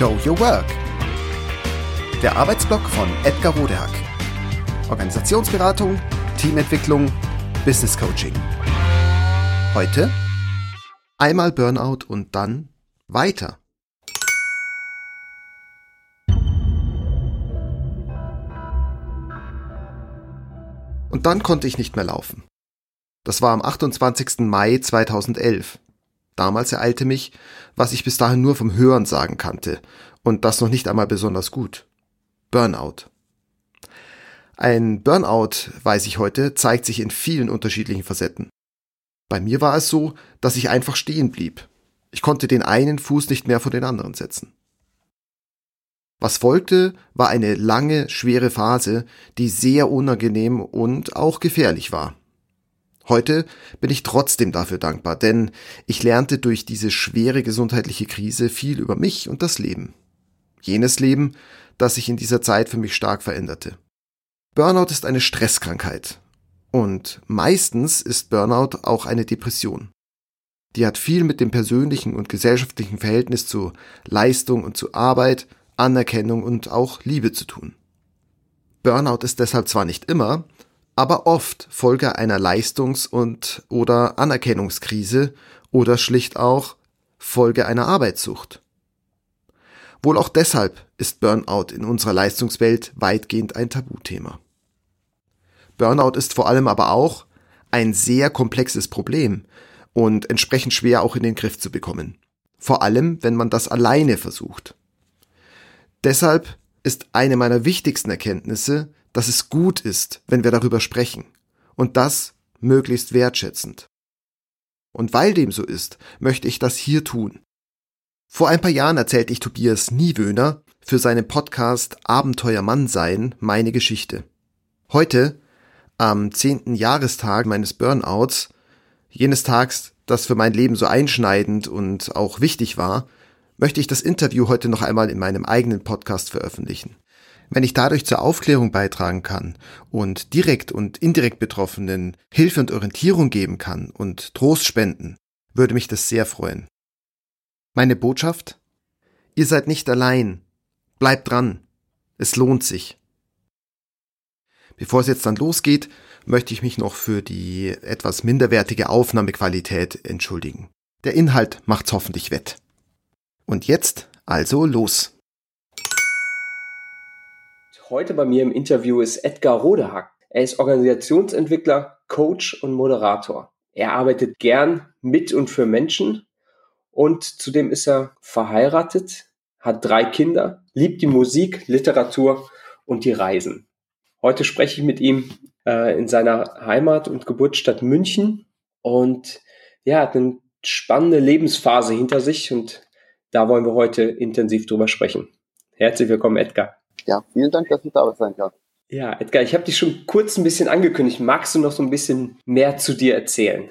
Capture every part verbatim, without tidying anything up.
Show Your Work. Der Arbeitsblock von Edgar Rodehack. Organisationsberatung, Teamentwicklung, Business Coaching. Heute einmal Burnout und dann weiter. Und dann konnte ich nicht mehr laufen. Das war am achtundzwanzigsten Mai zweitausendelf. Damals ereilte mich, was ich bis dahin nur vom Hörensagen kannte und das noch nicht einmal besonders gut. Burnout. Ein Burnout, weiß ich heute, zeigt sich in vielen unterschiedlichen Facetten. Bei mir war es so, dass ich einfach stehen blieb. Ich konnte den einen Fuß nicht mehr vor den anderen setzen. Was folgte, war eine lange, schwere Phase, die sehr unangenehm und auch gefährlich war. Heute bin ich trotzdem dafür dankbar, denn ich lernte durch diese schwere gesundheitliche Krise viel über mich und das Leben. Jenes Leben, das sich in dieser Zeit für mich stark veränderte. Burnout ist eine Stresskrankheit und meistens ist Burnout auch eine Depression. Die hat viel mit dem persönlichen und gesellschaftlichen Verhältnis zu Leistung und zu Arbeit, Anerkennung und auch Liebe zu tun. Burnout ist deshalb zwar nicht immer, aber oft Folge einer Leistungs- und oder Anerkennungskrise oder schlicht auch Folge einer Arbeitssucht. Wohl auch deshalb ist Burnout in unserer Leistungswelt weitgehend ein Tabuthema. Burnout ist vor allem aber auch ein sehr komplexes Problem und entsprechend schwer auch in den Griff zu bekommen. Vor allem, wenn man das alleine versucht. Deshalb ist eine meiner wichtigsten Erkenntnisse, dass es gut ist, wenn wir darüber sprechen. Und das möglichst wertschätzend. Und weil dem so ist, möchte ich das hier tun. Vor ein paar Jahren erzählte ich Tobias Niewöhner für seinen Podcast Abenteuer Mannsein meine Geschichte. Heute, am zehnten Jahrestag meines Burnouts, jenes Tags, das für mein Leben so einschneidend und auch wichtig war, möchte ich das Interview heute noch einmal in meinem eigenen Podcast veröffentlichen. Wenn ich dadurch zur Aufklärung beitragen kann und direkt und indirekt Betroffenen Hilfe und Orientierung geben kann und Trost spenden, würde mich das sehr freuen. Meine Botschaft? Ihr seid nicht allein. Bleibt dran. Es lohnt sich. Bevor es jetzt dann losgeht, möchte ich mich noch für die etwas minderwertige Aufnahmequalität entschuldigen. Der Inhalt macht's hoffentlich wett. Und jetzt also los. Heute bei mir im Interview ist Edgar Rodehack. Er ist Organisationsentwickler, Coach und Moderator. Er arbeitet gern mit und für Menschen und zudem ist er verheiratet, hat drei Kinder, liebt die Musik, Literatur und die Reisen. Heute spreche ich mit ihm äh, in seiner Heimat und Geburtsstadt München und ja, hat eine spannende Lebensphase hinter sich und da wollen wir heute intensiv drüber sprechen. Herzlich willkommen, Edgar. Ja, vielen Dank, dass ich da sein kann. Ja, Edgar, ich habe dich schon kurz ein bisschen angekündigt. Magst du noch so ein bisschen mehr zu dir erzählen?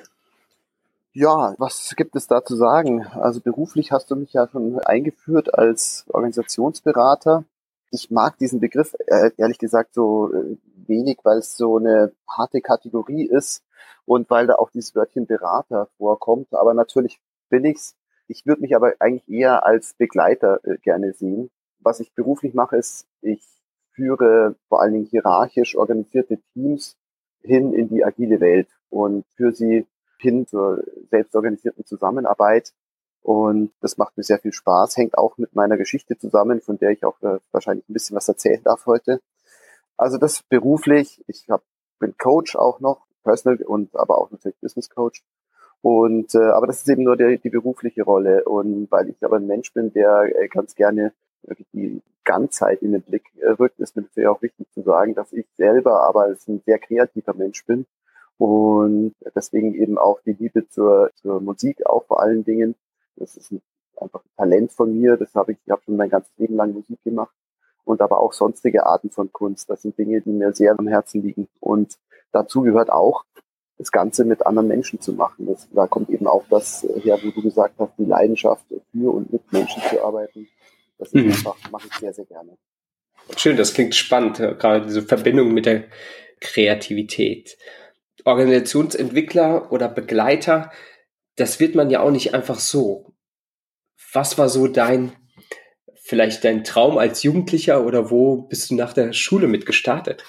Ja, was gibt es da zu sagen? Also beruflich hast du mich ja schon eingeführt als Organisationsberater. Ich mag diesen Begriff äh, ehrlich gesagt so äh, wenig, weil es so eine harte Kategorie ist und weil da auch dieses Wörtchen Berater vorkommt. Aber natürlich bin ich's. Ich würde mich aber eigentlich eher als Begleiter äh, gerne sehen. Was ich beruflich mache, ist, ich führe vor allen Dingen hierarchisch organisierte Teams hin in die agile Welt und führe sie hin zur selbstorganisierten Zusammenarbeit. Und das macht mir sehr viel Spaß, hängt auch mit meiner Geschichte zusammen, von der ich auch äh, wahrscheinlich ein bisschen was erzählen darf heute. Also das beruflich, ich hab, bin Coach auch noch, Personal und aber auch natürlich Business Coach. Und äh, aber das ist eben nur die, die berufliche Rolle. Und weil ich aber ein Mensch bin, der äh, ganz gerne die Ganzheit in den Blick rückt, ist mir natürlich auch wichtig zu sagen, dass ich selber aber als ein sehr kreativer Mensch bin und deswegen eben auch die Liebe zur, zur Musik auch vor allen Dingen. Das ist ein, einfach ein Talent von mir, das habe ich, ich habe schon mein ganzes Leben lang Musik gemacht und aber auch sonstige Arten von Kunst. Das sind Dinge, die mir sehr am Herzen liegen und dazu gehört auch, das Ganze mit anderen Menschen zu machen. Das, da kommt eben auch das her, wo du gesagt hast, die Leidenschaft für und mit Menschen zu arbeiten. Das ist einfach, mache ich sehr, sehr gerne. Schön, das klingt spannend, gerade diese Verbindung mit der Kreativität. Organisationsentwickler oder Begleiter, das wird man ja auch nicht einfach so. Was war so dein vielleicht dein Traum als Jugendlicher oder wo bist du nach der Schule mit gestartet?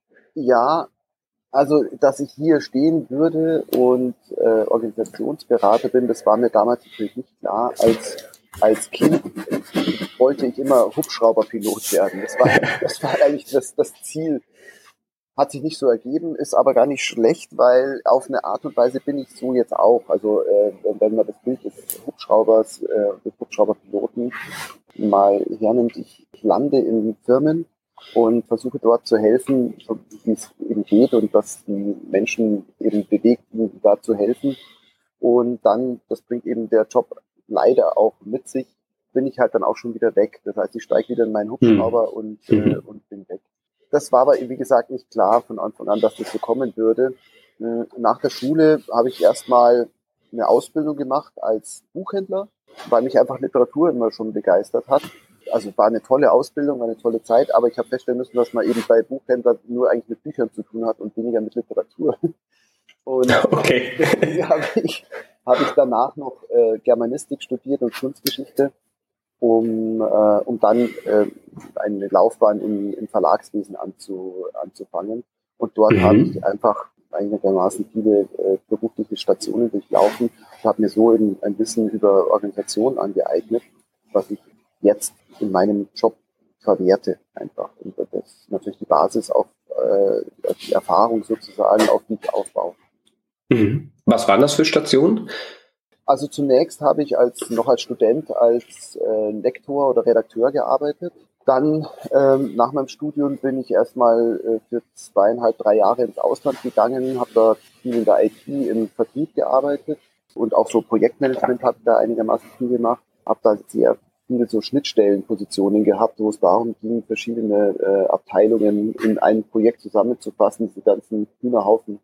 Ja, also dass ich hier stehen würde und äh, Organisationsberater bin, das war mir damals natürlich nicht klar. Als, als Kind wollte ich immer Hubschrauberpilot werden. Das war, das war eigentlich das, das Ziel. Hat sich nicht so ergeben, ist aber gar nicht schlecht, weil auf eine Art und Weise bin ich so jetzt auch. Also äh, wenn man das Bild des Hubschraubers, äh, des Hubschrauberpiloten mal hernimmt, ich, ich lande in Firmen und versuche dort zu helfen, so wie es eben geht und dass die Menschen eben bewegt, da zu helfen. Und dann, das bringt eben der Job leider auch mit sich, bin ich halt dann auch schon wieder weg. Das heißt, ich steige wieder in meinen Hubschrauber hm. und, äh, und bin weg. Das war aber, wie gesagt, nicht klar von Anfang an, dass das so kommen würde. Nach der Schule habe ich erstmal eine Ausbildung gemacht als Buchhändler, weil mich einfach Literatur immer schon begeistert hat. Also war eine tolle Ausbildung, war eine tolle Zeit, aber ich habe feststellen müssen, dass man eben bei Buchhändlern nur eigentlich mit Büchern zu tun hat und weniger mit Literatur. Und okay. habe ich, hab ich danach noch äh, Germanistik studiert und Kunstgeschichte, um, äh, um dann äh, eine Laufbahn im, im Verlagswesen anzu, anzufangen. Und dort mhm. habe ich einfach einigermaßen viele äh, berufliche Stationen durchlaufen und habe mir so eben ein Wissen über Organisation angeeignet, was ich jetzt in meinem Job verwerte einfach. Und das ist natürlich die Basis auf äh, die Erfahrung sozusagen, auf die ich aufbaue. Mhm. Was waren das für Stationen? Also zunächst habe ich als noch als Student als äh, Lektor oder Redakteur gearbeitet. Dann ähm, nach meinem Studium bin ich erstmal äh, für zweieinhalb, drei Jahre ins Ausland gegangen, habe da viel in der I T im Vertrieb gearbeitet und auch so Projektmanagement habe da einigermaßen viel gemacht. Habe da sehr viele so Schnittstellenpositionen gehabt, wo es darum ging, verschiedene äh, Abteilungen in ein Projekt zusammenzufassen, diese ganzen Hühnerhaufen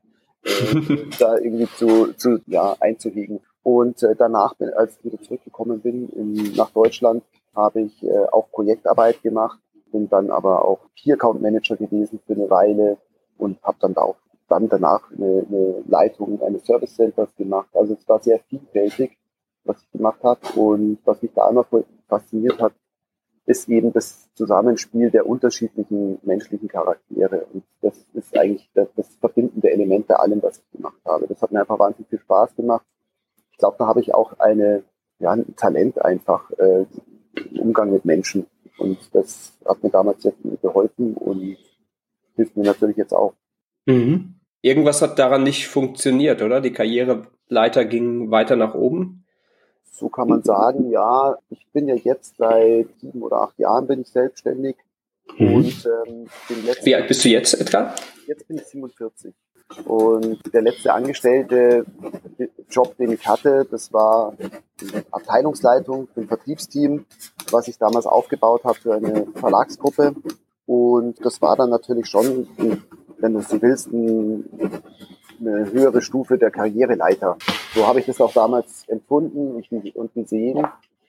äh, da irgendwie zu, zu ja, einzuhegen. Und äh, danach, bin, als ich wieder zurückgekommen bin in, nach Deutschland, habe ich äh, auch Projektarbeit gemacht, bin dann aber auch Key Account Manager gewesen für eine Weile und habe dann da auch dann danach eine, eine Leitung eines Service Centers gemacht. Also es war sehr vielfältig, was ich gemacht habe. Und was mich da immer fasziniert hat, ist eben das Zusammenspiel der unterschiedlichen menschlichen Charaktere. Und das ist eigentlich das, das verbindende Element bei allem, was ich gemacht habe. Das hat mir einfach wahnsinnig viel Spaß gemacht. Ich glaube, da habe ich auch eine, ja, ein Talent einfach äh, im Umgang mit Menschen. Und das hat mir damals sehr viel geholfen und hilft mir natürlich jetzt auch. Mhm. Irgendwas hat daran nicht funktioniert, oder? Die Karriereleiter ging weiter nach oben? So kann man sagen, ja. Ich bin ja jetzt seit sieben oder acht Jahren bin ich selbstständig. Mhm. Und ähm, den letzten Wie alt bist du jetzt, Edgar? Jetzt bin ich siebenundvierzig. Und der letzte angestellte Job, den ich hatte, das war die Abteilungsleitung für ein Vertriebsteam, was ich damals aufgebaut habe für eine Verlagsgruppe. Und das war dann natürlich schon, wenn du so willst, ein, eine höhere Stufe der Karriereleiter. So habe ich das auch damals empfunden und gesehen.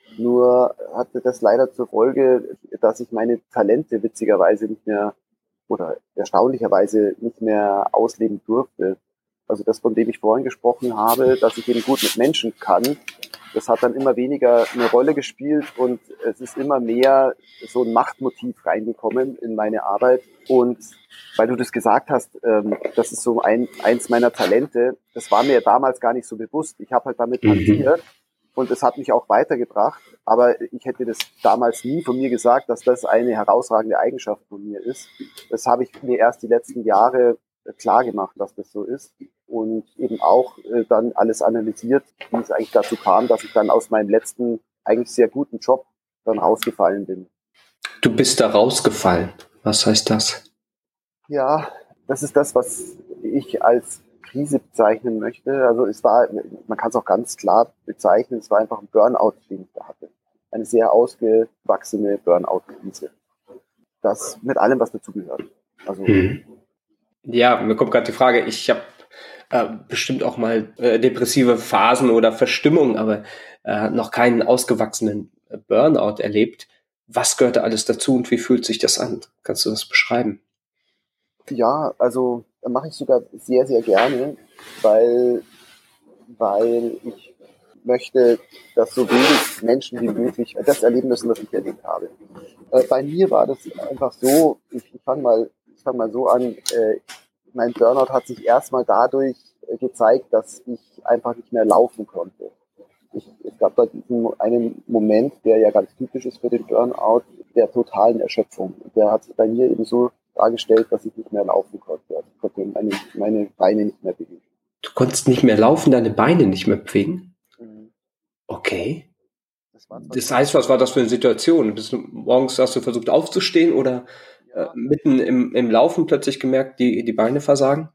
Nur hatte das leider zur Folge, dass ich meine Talente witzigerweise nicht mehr oder erstaunlicherweise nicht mehr ausleben durfte. Also das, von dem ich vorhin gesprochen habe, dass ich eben gut mit Menschen kann, das hat dann immer weniger eine Rolle gespielt und es ist immer mehr so ein Machtmotiv reingekommen in meine Arbeit. Und weil du das gesagt hast, ähm, das ist so ein eins meiner Talente, das war mir damals gar nicht so bewusst. Ich habe halt damit hantiert. Mhm. Und es hat mich auch weitergebracht, aber ich hätte das damals nie von mir gesagt, dass das eine herausragende Eigenschaft von mir ist. Das habe ich mir erst die letzten Jahre klar gemacht, dass das so ist und eben auch äh, dann alles analysiert, wie es eigentlich dazu kam, dass ich dann aus meinem letzten, eigentlich sehr guten Job dann rausgefallen bin. Du bist da rausgefallen. Was heißt das? Ja, das ist das, was ich als Krise bezeichnen möchte. Also es war, man kann es auch ganz klar bezeichnen, es war einfach ein Burnout, den ich da hatte. Eine sehr ausgewachsene Burnout-Krise. Das mit allem, was dazugehört. Also hm. Ja, mir kommt gerade die Frage, ich habe äh, bestimmt auch mal äh, depressive Phasen oder Verstimmung, aber äh, noch keinen ausgewachsenen Burnout erlebt. Was gehört da alles dazu und wie fühlt sich das an? Kannst du das beschreiben? Ja, also mache ich sogar sehr, sehr gerne, weil, weil ich möchte, dass so wenig Menschen wie möglich das erleben müssen, was ich erlebt habe. Äh, bei mir war das einfach so, ich, ich fange mal, ich fang mal so an, äh, mein Burnout hat sich erstmal dadurch äh, gezeigt, dass ich einfach nicht mehr laufen konnte. Ich, es gab da diesen einen Moment, der ja ganz typisch ist für den Burnout, der totalen Erschöpfung. Der hat sich bei mir eben so dargestellt, dass ich nicht mehr laufen konnte. Also ich konnte meine, meine Beine nicht mehr bewegen. Du konntest nicht mehr laufen, deine Beine nicht mehr bewegen? Mhm. Okay. Das, war Das heißt, was war das für eine Situation? Bist du morgens, hast du versucht aufzustehen oder ja, äh, mitten im, im Laufen plötzlich gemerkt, die, die Beine versagen?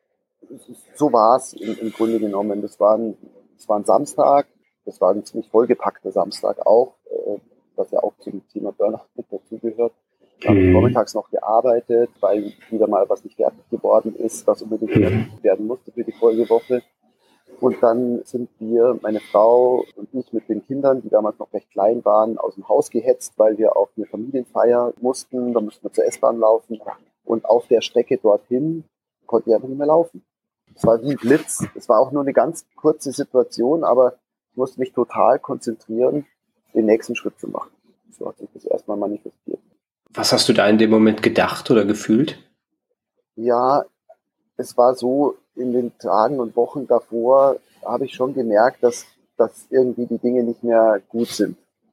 So war es im, im Grunde genommen. Das war, ein, das war ein Samstag, das war ein ziemlich vollgepackter Samstag auch, äh, was ja auch zum Thema Burnout mit dazugehört. Da habe ich vormittags noch gearbeitet, weil wieder mal was nicht fertig geworden ist, was unbedingt fertig werden musste für die Folgewoche. Und dann sind wir, meine Frau und ich mit den Kindern, die damals noch recht klein waren, aus dem Haus gehetzt, weil wir auf eine Familienfeier mussten. Da mussten wir zur S-Bahn laufen. Und auf der Strecke dorthin konnten wir einfach nicht mehr laufen. Es war wie ein Blitz. Es war auch nur eine ganz kurze Situation, aber ich musste mich total konzentrieren, den nächsten Schritt zu machen. So hat sich das erstmal manifestiert. Was hast du da in dem Moment gedacht oder gefühlt? Ja, es war so, in den Tagen und Wochen davor habe ich schon gemerkt, dass, dass irgendwie die Dinge nicht mehr gut sind.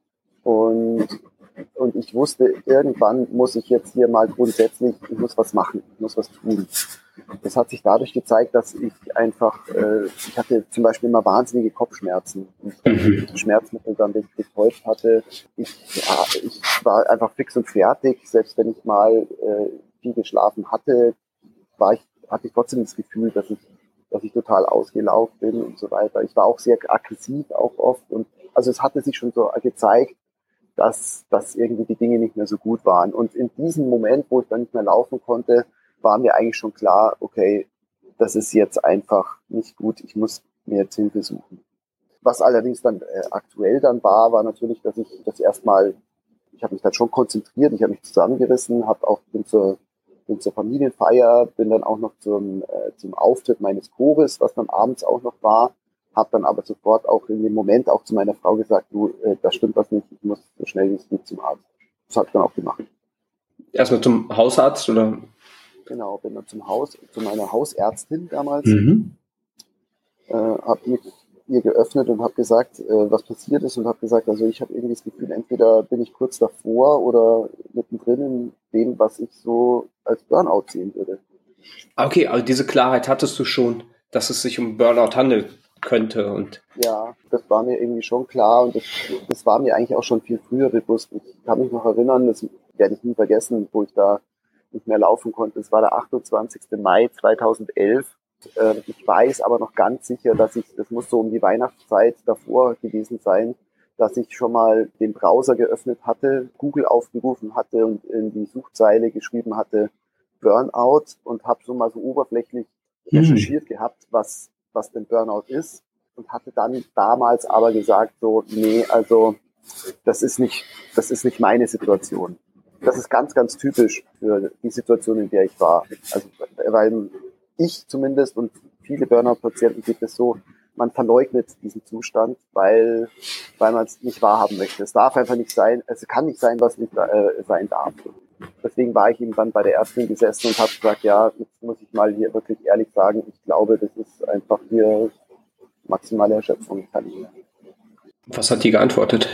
Und, und ich wusste, irgendwann muss ich jetzt hier mal grundsätzlich, ich muss was machen, ich muss was tun. Das hat sich dadurch gezeigt, dass ich einfach, äh, ich hatte zum Beispiel immer wahnsinnige Kopfschmerzen. Und mhm. die Schmerzmittel dann betäubt hatte. Ich, ja, ich war einfach fix und fertig. Selbst wenn ich mal äh, viel geschlafen hatte, war ich, hatte ich trotzdem das Gefühl, dass ich, dass ich total ausgelaugt bin und so weiter. Ich war auch sehr aggressiv, auch oft. Und also es hatte sich schon so gezeigt, dass, dass irgendwie die Dinge nicht mehr so gut waren. Und in diesem Moment, wo ich dann nicht mehr laufen konnte, war mir eigentlich schon klar, okay, das ist jetzt einfach nicht gut, ich muss mir jetzt Hilfe suchen. Was allerdings dann äh, aktuell dann war, war natürlich, dass ich das erstmal, ich habe mich dann schon konzentriert, ich habe mich zusammengerissen, habe auch bin zur, bin zur Familienfeier, bin dann auch noch zum, äh, zum Auftritt meines Chores, was dann abends auch noch war, habe dann aber sofort auch in dem Moment auch zu meiner Frau gesagt, du, äh, da stimmt was nicht, ich muss so schnell wie es geht zum Arzt. Das habe ich dann auch gemacht. Erstmal zum Hausarzt oder? Genau, bin dann zum Haus, zu meiner Hausärztin damals, Mhm. äh, habe mich ihr geöffnet und habe gesagt, äh, was passiert ist und habe gesagt, also ich habe irgendwie das Gefühl, entweder bin ich kurz davor oder mittendrin in dem, was ich so als Burnout sehen würde. Okay, also diese Klarheit hattest du schon, dass es sich um Burnout handelt könnte. Und ja, das war mir irgendwie schon klar und das, das war mir eigentlich auch schon viel früher bewusst. Ich kann mich noch erinnern, das werde ich nie vergessen, wo ich da nicht mehr laufen konnte. Es war der achtundzwanzigster Mai zweitausendelf. Äh, ich weiß aber noch ganz sicher, dass ich, das muss so um die Weihnachtszeit davor gewesen sein, dass ich schon mal den Browser geöffnet hatte, Google aufgerufen hatte und in die Suchzeile geschrieben hatte Burnout und habe so mal so oberflächlich hm. recherchiert gehabt, was was denn Burnout ist und hatte dann damals aber gesagt so, nee, also das ist nicht, das ist nicht meine Situation. Das ist ganz, ganz typisch für die Situation, in der ich war. Also, weil ich zumindest und viele Burnout-Patienten gibt es so, man verleugnet diesen Zustand, weil, weil man es nicht wahrhaben möchte. Es darf einfach nicht sein, es kann nicht sein, was nicht äh, sein darf. Deswegen war ich eben dann bei der Ärztin gesessen und habe gesagt, ja, jetzt muss ich mal hier wirklich ehrlich sagen, ich glaube, das ist einfach hier maximale Erschöpfung. Ich kann nicht mehr. Was hat die geantwortet?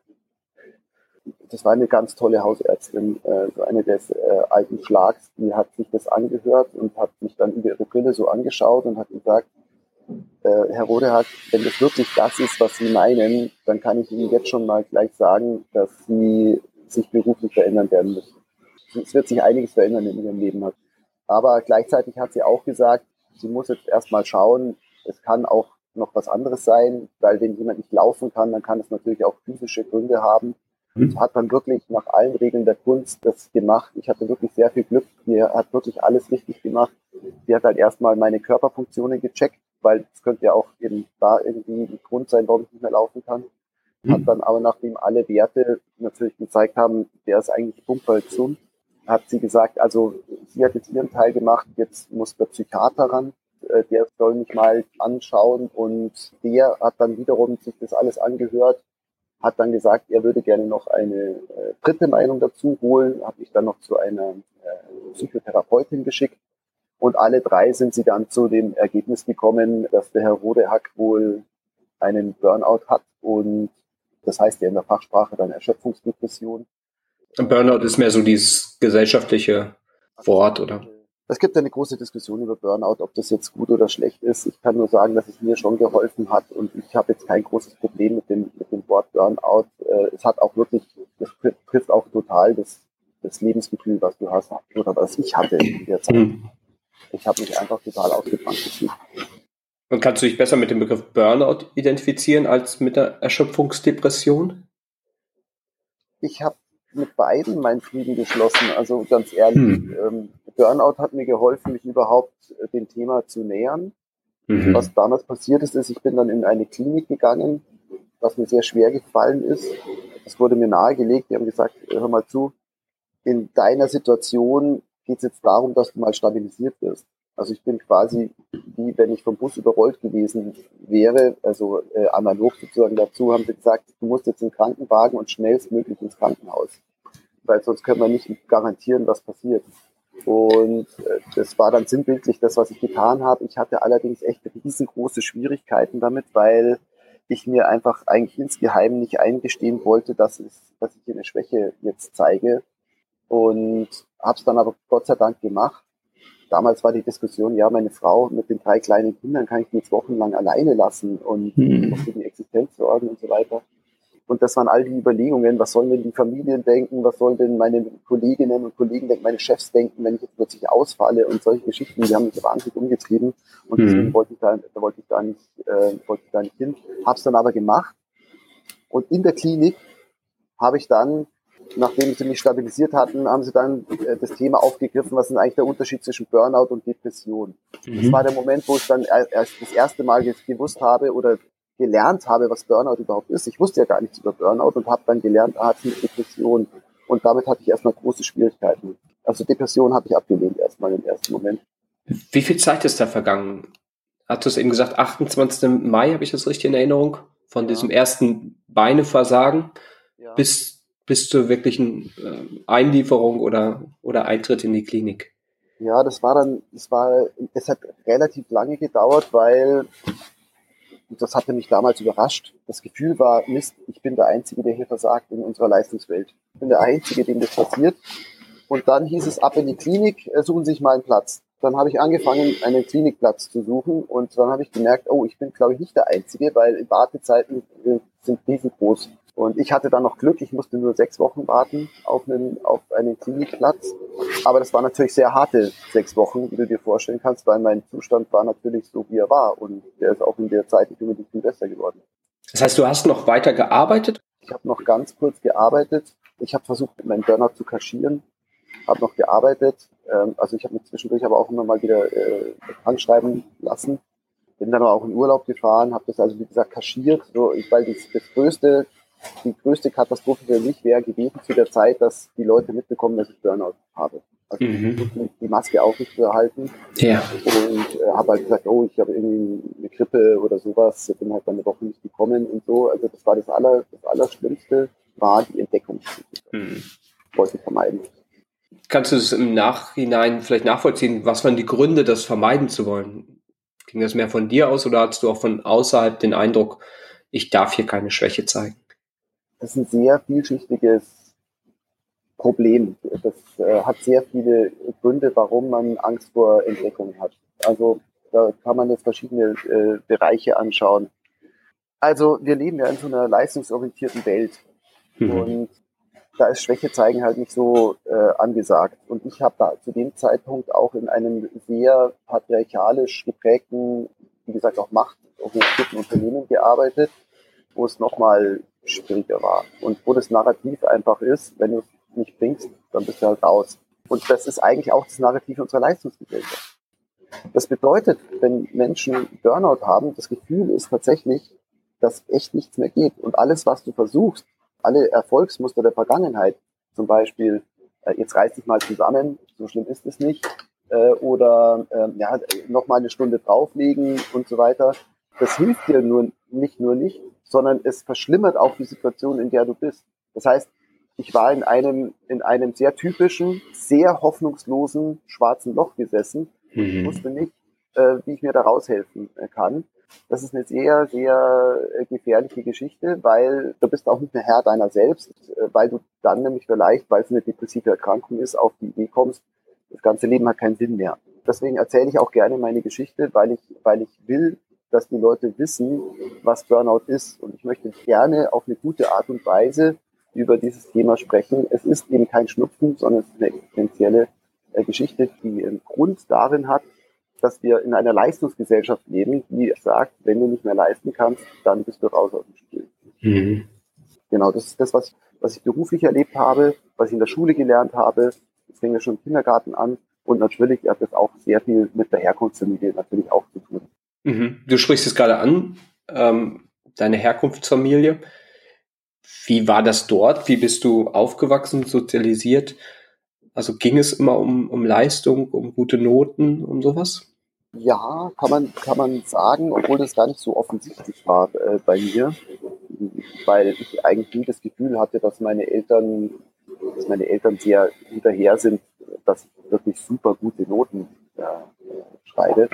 Das war eine ganz tolle Hausärztin, äh, so eine des äh, alten Schlags, die hat sich das angehört und hat mich dann über ihre Brille so angeschaut und hat gesagt, äh, Herr Rodehack, wenn das wirklich das ist, was Sie meinen, dann kann ich Ihnen jetzt schon mal gleich sagen, dass Sie sich beruflich verändern werden müssen. Es wird sich einiges verändern in ihrem Leben. Aber gleichzeitig hat sie auch gesagt, sie muss jetzt erstmal schauen, es kann auch noch was anderes sein, weil wenn jemand nicht laufen kann, dann kann es natürlich auch physische Gründe haben. Mhm. Sie hat dann wirklich nach allen Regeln der Kunst das gemacht. Ich hatte wirklich sehr viel Glück. Sie hat wirklich alles richtig gemacht. Sie hat halt erstmal meine Körperfunktionen gecheckt, weil es könnte ja auch eben da irgendwie ein Grund sein, warum ich nicht mehr laufen kann. Mhm. Hat dann aber, nachdem alle Werte natürlich gezeigt haben, der ist eigentlich pumpergesund, hat sie gesagt, also sie hat jetzt ihren Teil gemacht, jetzt muss der Psychiater ran äh, der soll mich mal anschauen. Und der hat dann wiederum sich das alles angehört, hat dann gesagt, er würde gerne noch eine äh, dritte Meinung dazu holen, habe ich dann noch zu einer äh, Psychotherapeutin geschickt. Und alle drei sind sie dann zu dem Ergebnis gekommen, dass der Herr Rodehack wohl einen Burnout hat. Und das heißt ja in der Fachsprache dann Erschöpfungsdepression. Burnout ist mehr so dieses gesellschaftliche Wort, oder? Es gibt eine große Diskussion über Burnout, ob das jetzt gut oder schlecht ist. Ich kann nur sagen, dass es mir schon geholfen hat und ich habe jetzt kein großes Problem mit dem, mit dem Wort Burnout. Es hat auch wirklich, das trifft auch total das, das Lebensgefühl, was du hast oder was ich hatte in der Zeit. Hm. Ich habe mich einfach total ausgebrannt gefühlt. Und kannst du dich besser mit dem Begriff Burnout identifizieren als mit der Erschöpfungsdepression? Ich habe mit beiden meinen Frieden geschlossen. Also ganz ehrlich, hm. ähm, Burnout hat mir geholfen, mich überhaupt äh, dem Thema zu nähern. Mhm. Was damals passiert ist, ist, ich bin dann in eine Klinik gegangen, was mir sehr schwer gefallen ist. Es wurde mir nahegelegt, die haben gesagt, hör mal zu, in deiner Situation geht es jetzt darum, dass du mal stabilisiert wirst. Also ich bin quasi, wie wenn ich vom Bus überrollt gewesen wäre, also äh, analog sozusagen dazu, haben sie gesagt, du musst jetzt in den Krankenwagen und schnellstmöglich ins Krankenhaus. Weil sonst können wir nicht garantieren, was passiert. Und äh, das war dann sinnbildlich das, was ich getan habe. Ich hatte allerdings echt riesengroße Schwierigkeiten damit, weil ich mir einfach eigentlich insgeheim nicht eingestehen wollte, dass, es, dass ich hier eine Schwäche jetzt zeige. Und habe es dann aber Gott sei Dank gemacht. Damals war die Diskussion, ja, meine Frau mit den drei kleinen Kindern kann ich die jetzt wochenlang alleine lassen und hm. muss für die Existenz sorgen und so weiter. Und das waren all die Überlegungen, was sollen denn die Familien denken, was sollen denn meine Kolleginnen und Kollegen denken, meine Chefs denken, wenn ich jetzt plötzlich ausfalle und solche Geschichten, die haben mich wahnsinnig umgetrieben und mhm. deswegen wollte ich da, da wollte ich da nicht, äh, wollte ich da nicht hin. Hab's dann aber gemacht und in der Klinik habe ich dann, nachdem sie mich stabilisiert hatten, haben sie dann äh, das Thema aufgegriffen, was ist eigentlich der Unterschied zwischen Burnout und Depression. Mhm. Das war der Moment, wo ich dann erst das erste Mal gewusst habe oder gelernt habe, was Burnout überhaupt ist. Ich wusste ja gar nichts über Burnout und habe dann gelernt, ah, es ist eine Depression. Und damit hatte ich erstmal große Schwierigkeiten. Also Depression habe ich abgelehnt erstmal im ersten Moment. Wie viel Zeit ist da vergangen? Hast du es eben gesagt, achtundzwanzigsten Mai, habe ich das richtig in Erinnerung? Von ja. diesem ersten Beineversagen ja. bis, bis zur wirklichen äh, Einlieferung oder, oder Eintritt in die Klinik. Ja, das war dann, das war, es hat relativ lange gedauert, weil und das hatte mich damals überrascht. Das Gefühl war, Mist, ich bin der Einzige, der hier versagt in unserer Leistungswelt. Ich bin der Einzige, dem das passiert. Und dann hieß es, ab in die Klinik, suchen Sie sich mal einen Platz. Dann habe ich angefangen, einen Klinikplatz zu suchen. Und dann habe ich gemerkt, oh, ich bin, glaube ich, nicht der Einzige, weil Wartezeiten sind riesengroß. Und ich hatte dann noch Glück, ich musste nur sechs Wochen warten auf einen, auf einen Klinikplatz. Aber das waren natürlich sehr harte sechs Wochen, wie du dir vorstellen kannst, weil mein Zustand war natürlich so, wie er war. Und der ist auch in der Zeit nicht unbedingt viel besser geworden. Das heißt, du hast noch weiter gearbeitet? Ich habe noch ganz kurz gearbeitet. Ich habe versucht, meinen Burnout zu kaschieren, habe noch gearbeitet. Also ich habe mich zwischendurch aber auch immer mal wieder äh, anschreiben lassen. Bin dann auch in Urlaub gefahren, habe das also, wie gesagt, kaschiert, so, weil das, das größte... Die größte Katastrophe für mich wäre gewesen zu der Zeit, dass die Leute mitbekommen, dass ich Burnout habe. Also mhm. die Maske auch nicht zu erhalten. Ja. Und äh, habe halt gesagt, oh, ich habe irgendwie eine Grippe oder sowas. Ich bin halt dann eine Woche nicht gekommen und so. Also das war das aller, das Allerschlimmste, war die Entdeckung. Mhm. Wollte ich vermeiden. Kannst du es im Nachhinein vielleicht nachvollziehen, was waren die Gründe, das vermeiden zu wollen? Ging das mehr von dir aus oder hattest du auch von außerhalb den Eindruck, ich darf hier keine Schwäche zeigen? Das ist ein sehr vielschichtiges Problem. Das äh, hat sehr viele Gründe, warum man Angst vor Entdeckung hat. Also da kann man jetzt verschiedene äh, Bereiche anschauen. Also wir leben ja in so einer leistungsorientierten Welt mhm. und da ist Schwäche zeigen halt nicht so äh, angesagt. Und ich habe da zu dem Zeitpunkt auch in einem sehr patriarchalisch geprägten, wie gesagt auch machtorientierten Unternehmen gearbeitet, wo es nochmal schwieriger war. Und wo das Narrativ einfach ist, wenn du es nicht bringst, dann bist du halt raus. Und das ist eigentlich auch das Narrativ unserer Leistungsgesellschaft. Das bedeutet, wenn Menschen Burnout haben, das Gefühl ist tatsächlich, dass echt nichts mehr geht. Und alles, was du versuchst, alle Erfolgsmuster der Vergangenheit, zum Beispiel, äh, jetzt reiß dich mal zusammen, so schlimm ist es nicht, äh, oder äh, ja, nochmal eine Stunde drauflegen und so weiter. Das hilft dir nur nicht nur nicht, sondern es verschlimmert auch die Situation, in der du bist. Das heißt, ich war in einem, in einem sehr typischen, sehr hoffnungslosen schwarzen Loch gesessen und ich wusste nicht, äh, wie ich mir da raushelfen kann. Das ist eine sehr, sehr gefährliche Geschichte, weil du bist auch nicht mehr Herr deiner selbst, weil du dann nämlich vielleicht, weil es eine depressive Erkrankung ist, auf die Idee kommst, das ganze Leben hat keinen Sinn mehr. Deswegen erzähle ich auch gerne meine Geschichte, weil ich, weil ich will, dass die Leute wissen, was Burnout ist. Und ich möchte gerne auf eine gute Art und Weise über dieses Thema sprechen. Es ist eben kein Schnupfen, sondern es ist eine existenzielle Geschichte, die einen Grund darin hat, dass wir in einer Leistungsgesellschaft leben, die sagt, wenn du nicht mehr leisten kannst, dann bist du raus aus dem Spiel. Mhm. Genau, das ist das, was ich, was ich beruflich erlebt habe, was ich in der Schule gelernt habe. Das fing ja schon im Kindergarten an. Und natürlich hat das auch sehr viel mit der Herkunftsfamilie natürlich auch zu tun. Mhm. Du sprichst es gerade an, ähm, deine Herkunftsfamilie. Wie war das dort? Wie bist du aufgewachsen, sozialisiert? Also ging es immer um, um Leistung, um gute Noten, um sowas? Ja, kann man, kann man sagen, obwohl das gar nicht so offensichtlich war äh, bei mir, weil ich eigentlich nie das Gefühl hatte, dass meine Eltern, dass meine Eltern sehr hinterher sind, dass ich wirklich super gute Noten äh, schreibe.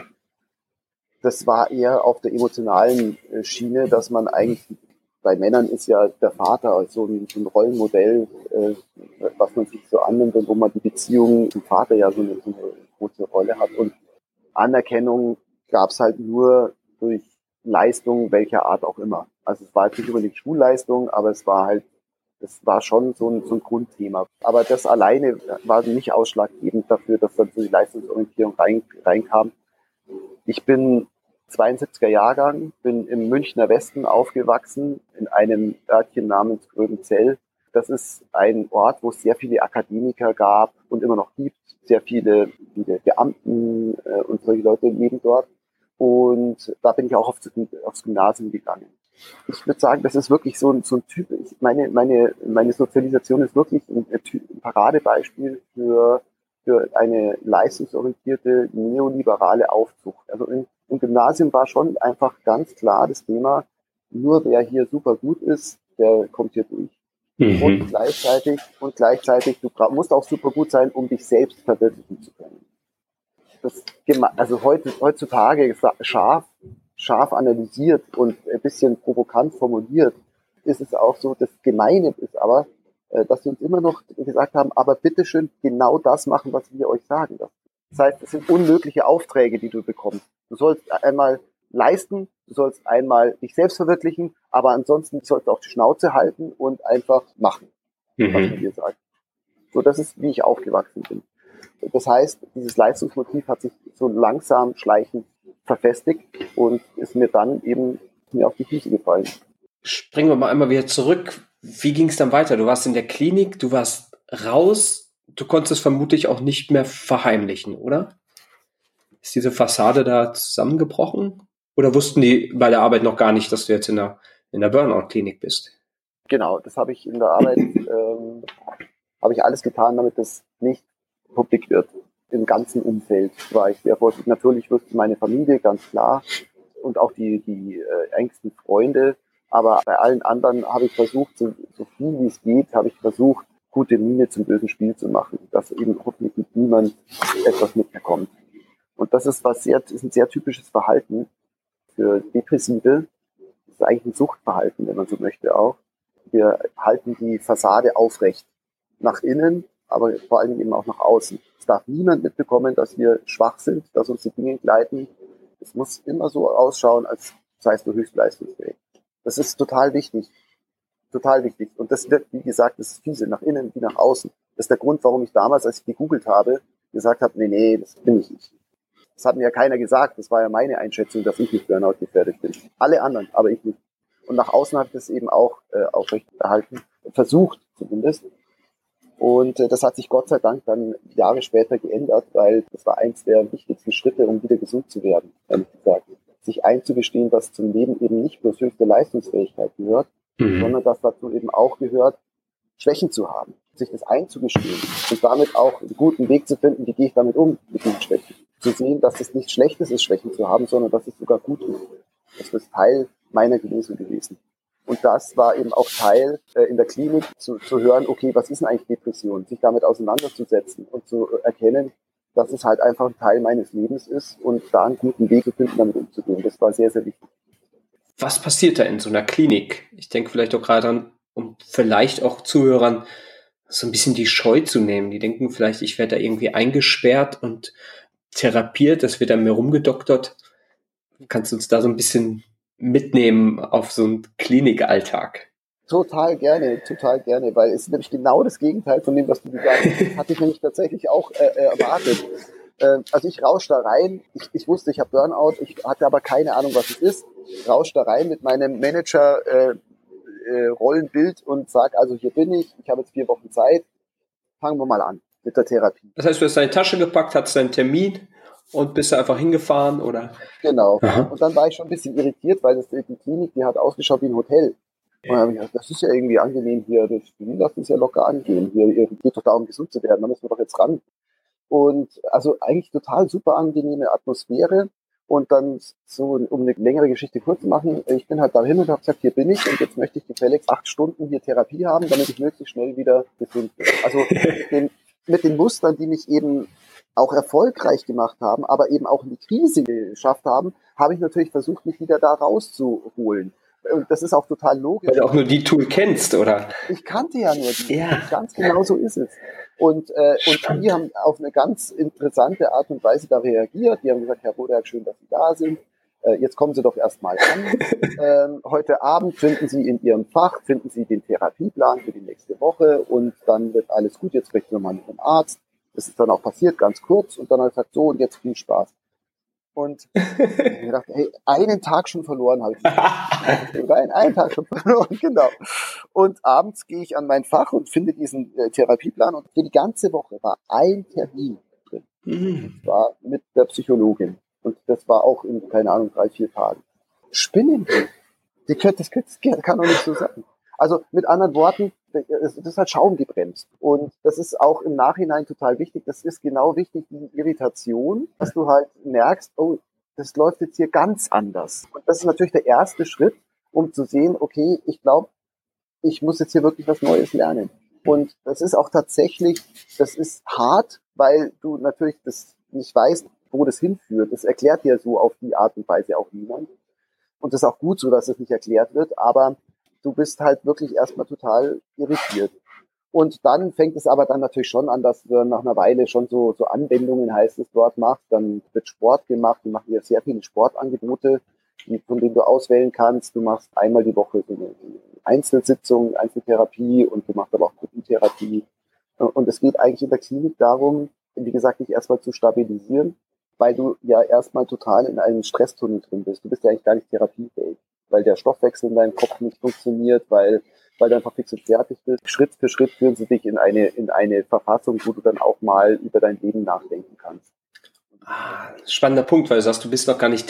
Das war eher auf der emotionalen äh, Schiene, dass man eigentlich, bei Männern ist ja der Vater so ein, so ein Rollenmodell, äh, was man sich so annimmt und wo man die Beziehung zum Vater ja so eine, so eine große Rolle hat. Und Anerkennung gab es halt nur durch Leistung welcher Art auch immer. Also es war jetzt nicht unbedingt Schulleistung, aber es war halt, es war schon so ein, so ein Grundthema. Aber das alleine war nicht ausschlaggebend dafür, dass dann so die Leistungsorientierung rein, reinkam. Ich bin zweiundsiebziger Jahrgang, bin im Münchner Westen aufgewachsen, in einem Örtchen namens Gröbenzell. Das ist ein Ort, wo es sehr viele Akademiker gab und immer noch gibt. Sehr viele, viele Beamten äh, und solche Leute leben dort. Und da bin ich auch auf, aufs Gymnasium gegangen. Ich würde sagen, das ist wirklich so ein, so ein Typ. Ich meine, meine, meine Sozialisation ist wirklich ein, ein Paradebeispiel für, für eine leistungsorientierte, neoliberale Aufzucht. Also in, im Gymnasium war schon einfach ganz klar das Thema, nur wer hier super gut ist, der kommt hier durch. Mhm. Und gleichzeitig, und gleichzeitig, du musst auch super gut sein, um dich selbst verwirklichen zu können. Das, also heute, heutzutage scharf, scharf analysiert und ein bisschen provokant formuliert, ist es auch so, das Gemeine ist aber, dass wir uns immer noch gesagt haben, aber bitteschön genau das machen, was wir euch sagen. Das heißt, es sind unmögliche Aufträge, die du bekommst. Du sollst einmal leisten, du sollst einmal dich selbst verwirklichen, aber ansonsten sollst du auch die Schnauze halten und einfach machen, mhm. was man dir sagt. So, das ist, wie ich aufgewachsen bin. Das heißt, dieses Leistungsmotiv hat sich so langsam schleichend verfestigt und ist mir dann eben mir auf die Füße gefallen. Springen wir mal einmal wieder zurück. Wie ging es dann weiter? Du warst in der Klinik, du warst raus, du konntest es vermutlich auch nicht mehr verheimlichen, oder? Ist diese Fassade da zusammengebrochen? Oder wussten die bei der Arbeit noch gar nicht, dass du jetzt in der, in der Burnout-Klinik bist? Genau, das habe ich in der Arbeit, ähm, habe ich alles getan, damit das nicht publik wird. Im ganzen Umfeld war ich sehr vorsichtig. Natürlich wusste meine Familie, ganz klar, und auch die, die äh, engsten Freunde. Aber bei allen anderen habe ich versucht, so, so viel wie es geht, habe ich versucht, gute Miene zum bösen Spiel zu machen, dass eben hoffentlich mit niemand etwas mitbekommt. Und das ist was sehr, ist ein sehr typisches Verhalten für Depressive. Das ist eigentlich ein Suchtverhalten, wenn man so möchte auch. Wir halten die Fassade aufrecht. Nach innen, aber vor allem eben auch nach außen. Es darf niemand mitbekommen, dass wir schwach sind, dass uns die Dinge gleiten. Es muss immer so ausschauen, als seist du höchst leistungsfähig. Das ist total wichtig. Total wichtig. Und das wird, wie gesagt, das ist fiese, nach innen wie nach außen. Das ist der Grund, warum ich damals, als ich gegoogelt habe, gesagt habe, nee, nee, das bin ich nicht. Das hat mir ja keiner gesagt. Das war ja meine Einschätzung, dass ich nicht Burnout gefährdet bin. Alle anderen, aber ich nicht. Und nach außen habe ich das eben auch äh, aufrechterhalten, versucht zumindest. Und äh, das hat sich Gott sei Dank dann Jahre später geändert, weil das war eins der wichtigsten Schritte, um wieder gesund zu werden, ehrlich gesagt. Sich einzugestehen, dass zum Leben eben nicht bloß höchste Leistungsfähigkeit gehört, mhm. sondern dass dazu eben auch gehört, Schwächen zu haben. sich das einzugestehen und damit auch einen guten Weg zu finden, wie gehe ich damit um, mit diesen Schwächen. Zu sehen, dass es nichts Schlechtes ist, Schwächen zu haben, sondern dass es sogar gut ist. Das ist Teil meiner Genesung gewesen. Und das war eben auch Teil äh, in der Klinik, zu, zu hören, okay, was ist denn eigentlich Depression? Sich damit auseinanderzusetzen und zu erkennen, dass es halt einfach ein Teil meines Lebens ist und da einen guten Weg zu finden, damit umzugehen. Das war sehr, sehr wichtig. Was passiert da in so einer Klinik? Ich denke vielleicht auch gerade an, um vielleicht auch Zuhörern so ein bisschen die Scheu zu nehmen. Die denken vielleicht, ich werde da irgendwie eingesperrt und therapiert, das wird an mir rumgedoktert. Kannst du uns da so ein bisschen mitnehmen auf so einen Klinikalltag? Total gerne, total gerne, weil es ist nämlich genau das Gegenteil von dem, was du gesagt hast. Das hatte ich nämlich tatsächlich auch äh, erwartet. Äh, also ich rausch da rein, ich, ich wusste, ich habe Burnout, ich hatte aber keine Ahnung, was es ist. Rausch da rein mit meinem Manager äh, äh, Rollenbild und sag, also hier bin ich, ich habe jetzt vier Wochen Zeit, fangen wir mal an mit der Therapie. Das heißt, du hast deine Tasche gepackt, hattest deinen Termin und bist da einfach hingefahren, oder? Genau. Aha. Und dann war ich schon ein bisschen irritiert, weil das, die Klinik, die hat ausgeschaut wie ein Hotel. Und dann habe ich gedacht, das ist ja irgendwie angenehm hier, das, die lassen es ja locker angehen. Hier, hier geht doch darum, gesund zu werden, da müssen wir doch jetzt ran. Und also eigentlich total super angenehme Atmosphäre. Und dann so, um eine längere Geschichte kurz zu machen, ich bin halt dahin und habe gesagt, hier bin ich und jetzt möchte ich gefälligst acht Stunden hier Therapie haben, damit ich möglichst schnell wieder gesund bin. Also mit den, mit den Mustern, die mich eben auch erfolgreich gemacht haben, aber eben auch in die Krise geschafft haben, habe ich natürlich versucht, mich wieder da rauszuholen. Und das ist auch total logisch. Weil du auch nur die Tool kennst, oder? Ich kannte ja nur die. Ja. Ganz genau so ist es. Und, äh, und die haben auf eine ganz interessante Art und Weise da reagiert. Die haben gesagt, Herr Rodak, schön, dass Sie da sind. Äh, jetzt kommen Sie doch erstmal an. Ähm, heute Abend finden Sie in Ihrem Fach, finden Sie den Therapieplan für die nächste Woche und dann wird alles gut. Jetzt sprechen wir mal mit dem Arzt. Das ist dann auch passiert, ganz kurz. Und dann hat er gesagt, so, und jetzt viel Spaß. Und ich habe gedacht, hey, einen Tag schon verloren habe ich. einen Tag schon verloren, genau. Und abends gehe ich an mein Fach und finde diesen äh, Therapieplan und für die ganze Woche war ein Termin drin. Mhm. Das war mit der Psychologin. Und das war auch in, keine Ahnung, drei, vier Tagen. Spinnen die. Das, das, das kann doch nicht so sein. Also mit anderen Worten, das ist halt Schaum gebremst. Und das ist auch im Nachhinein total wichtig. Das ist genau wichtig, die Irritation, dass du halt merkst, oh, das läuft jetzt hier ganz anders. Und das ist natürlich der erste Schritt, um zu sehen, okay, ich glaube, ich muss jetzt hier wirklich was Neues lernen. Und das ist auch tatsächlich, das ist hart, weil du natürlich das nicht weißt, wo das hinführt. Das erklärt dir so auf die Art und Weise auch niemand. Und das ist auch gut so, dass es nicht erklärt wird, aber du bist halt wirklich erstmal total irritiert. Und dann fängt es aber dann natürlich schon an, dass du nach einer Weile schon so, so Anwendungen, heißt es, dort machst. Dann wird Sport gemacht. Die machen ja sehr viele Sportangebote, von denen du auswählen kannst. Du machst einmal die Woche so eine Einzelsitzung, Einzeltherapie und du machst aber auch Gruppentherapie. Und es geht eigentlich in der Klinik darum, wie gesagt, dich erstmal zu stabilisieren, weil du ja erstmal total in einem Stresstunnel drin bist. Du bist ja eigentlich gar nicht therapiefähig, weil der Stoffwechsel in deinem Kopf nicht funktioniert, weil, weil du einfach fix und fertig bist. Schritt für Schritt führen sie dich in eine, in eine Verfassung, wo du dann auch mal über dein Leben nachdenken kannst. Ah, spannender Punkt, weil du sagst, du bist noch gar nicht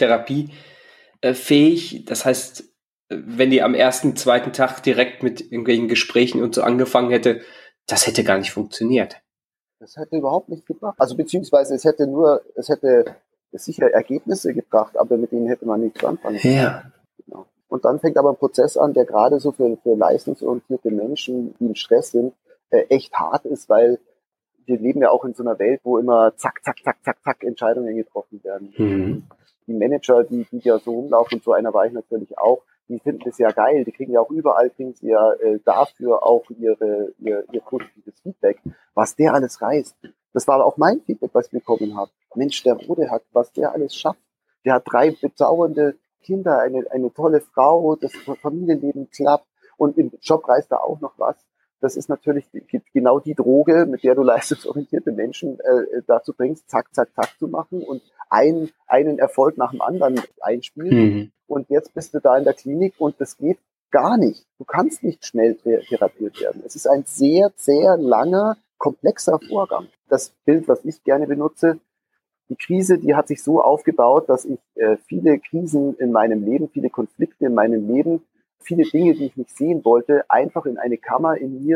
therapiefähig. Das heißt, wenn die am ersten, zweiten Tag direkt mit irgendwelchen Gesprächen und so angefangen hätte, das hätte gar nicht funktioniert. Das hätte überhaupt nicht gebracht. Also beziehungsweise es hätte nur, es hätte sicher Ergebnisse gebracht, aber mit denen hätte man nichts anfangen können. Ja. Genau. Und dann fängt aber ein Prozess an, der gerade so für, für leistungsorientierte Menschen, die im Stress sind, äh, echt hart ist, weil wir leben ja auch in so einer Welt, wo immer zack, zack, zack, zack, zack Entscheidungen getroffen werden. Mhm. Die Manager, die, die ja so rumlaufen, und so einer war ich natürlich auch, die finden das ja geil, die kriegen ja auch überall, kriegen sie ja äh, dafür auch ihre, ihr, ihr positives Feedback, was der alles reißt. Das war auch mein Feedback, was ich bekommen habe. Mensch, der Rodehack, was der alles schafft. Der hat drei bezaubernde Kinder, eine, eine tolle Frau, das Familienleben klappt und im Job reißt da auch noch was. Das ist natürlich genau die Droge, mit der du leistungsorientierte Menschen äh, dazu bringst, zack, zack, zack zu machen und ein, einen Erfolg nach dem anderen einspielen. Mhm. Und jetzt bist du da in der Klinik und das geht gar nicht. Du kannst nicht schnell therapiert werden. Es ist ein sehr, sehr langer, komplexer Vorgang. Das Bild, was ich gerne benutze, die Krise, die hat sich so aufgebaut, dass ich äh, viele Krisen in meinem Leben, viele Konflikte in meinem Leben, viele Dinge, die ich nicht sehen wollte, einfach in eine Kammer in mir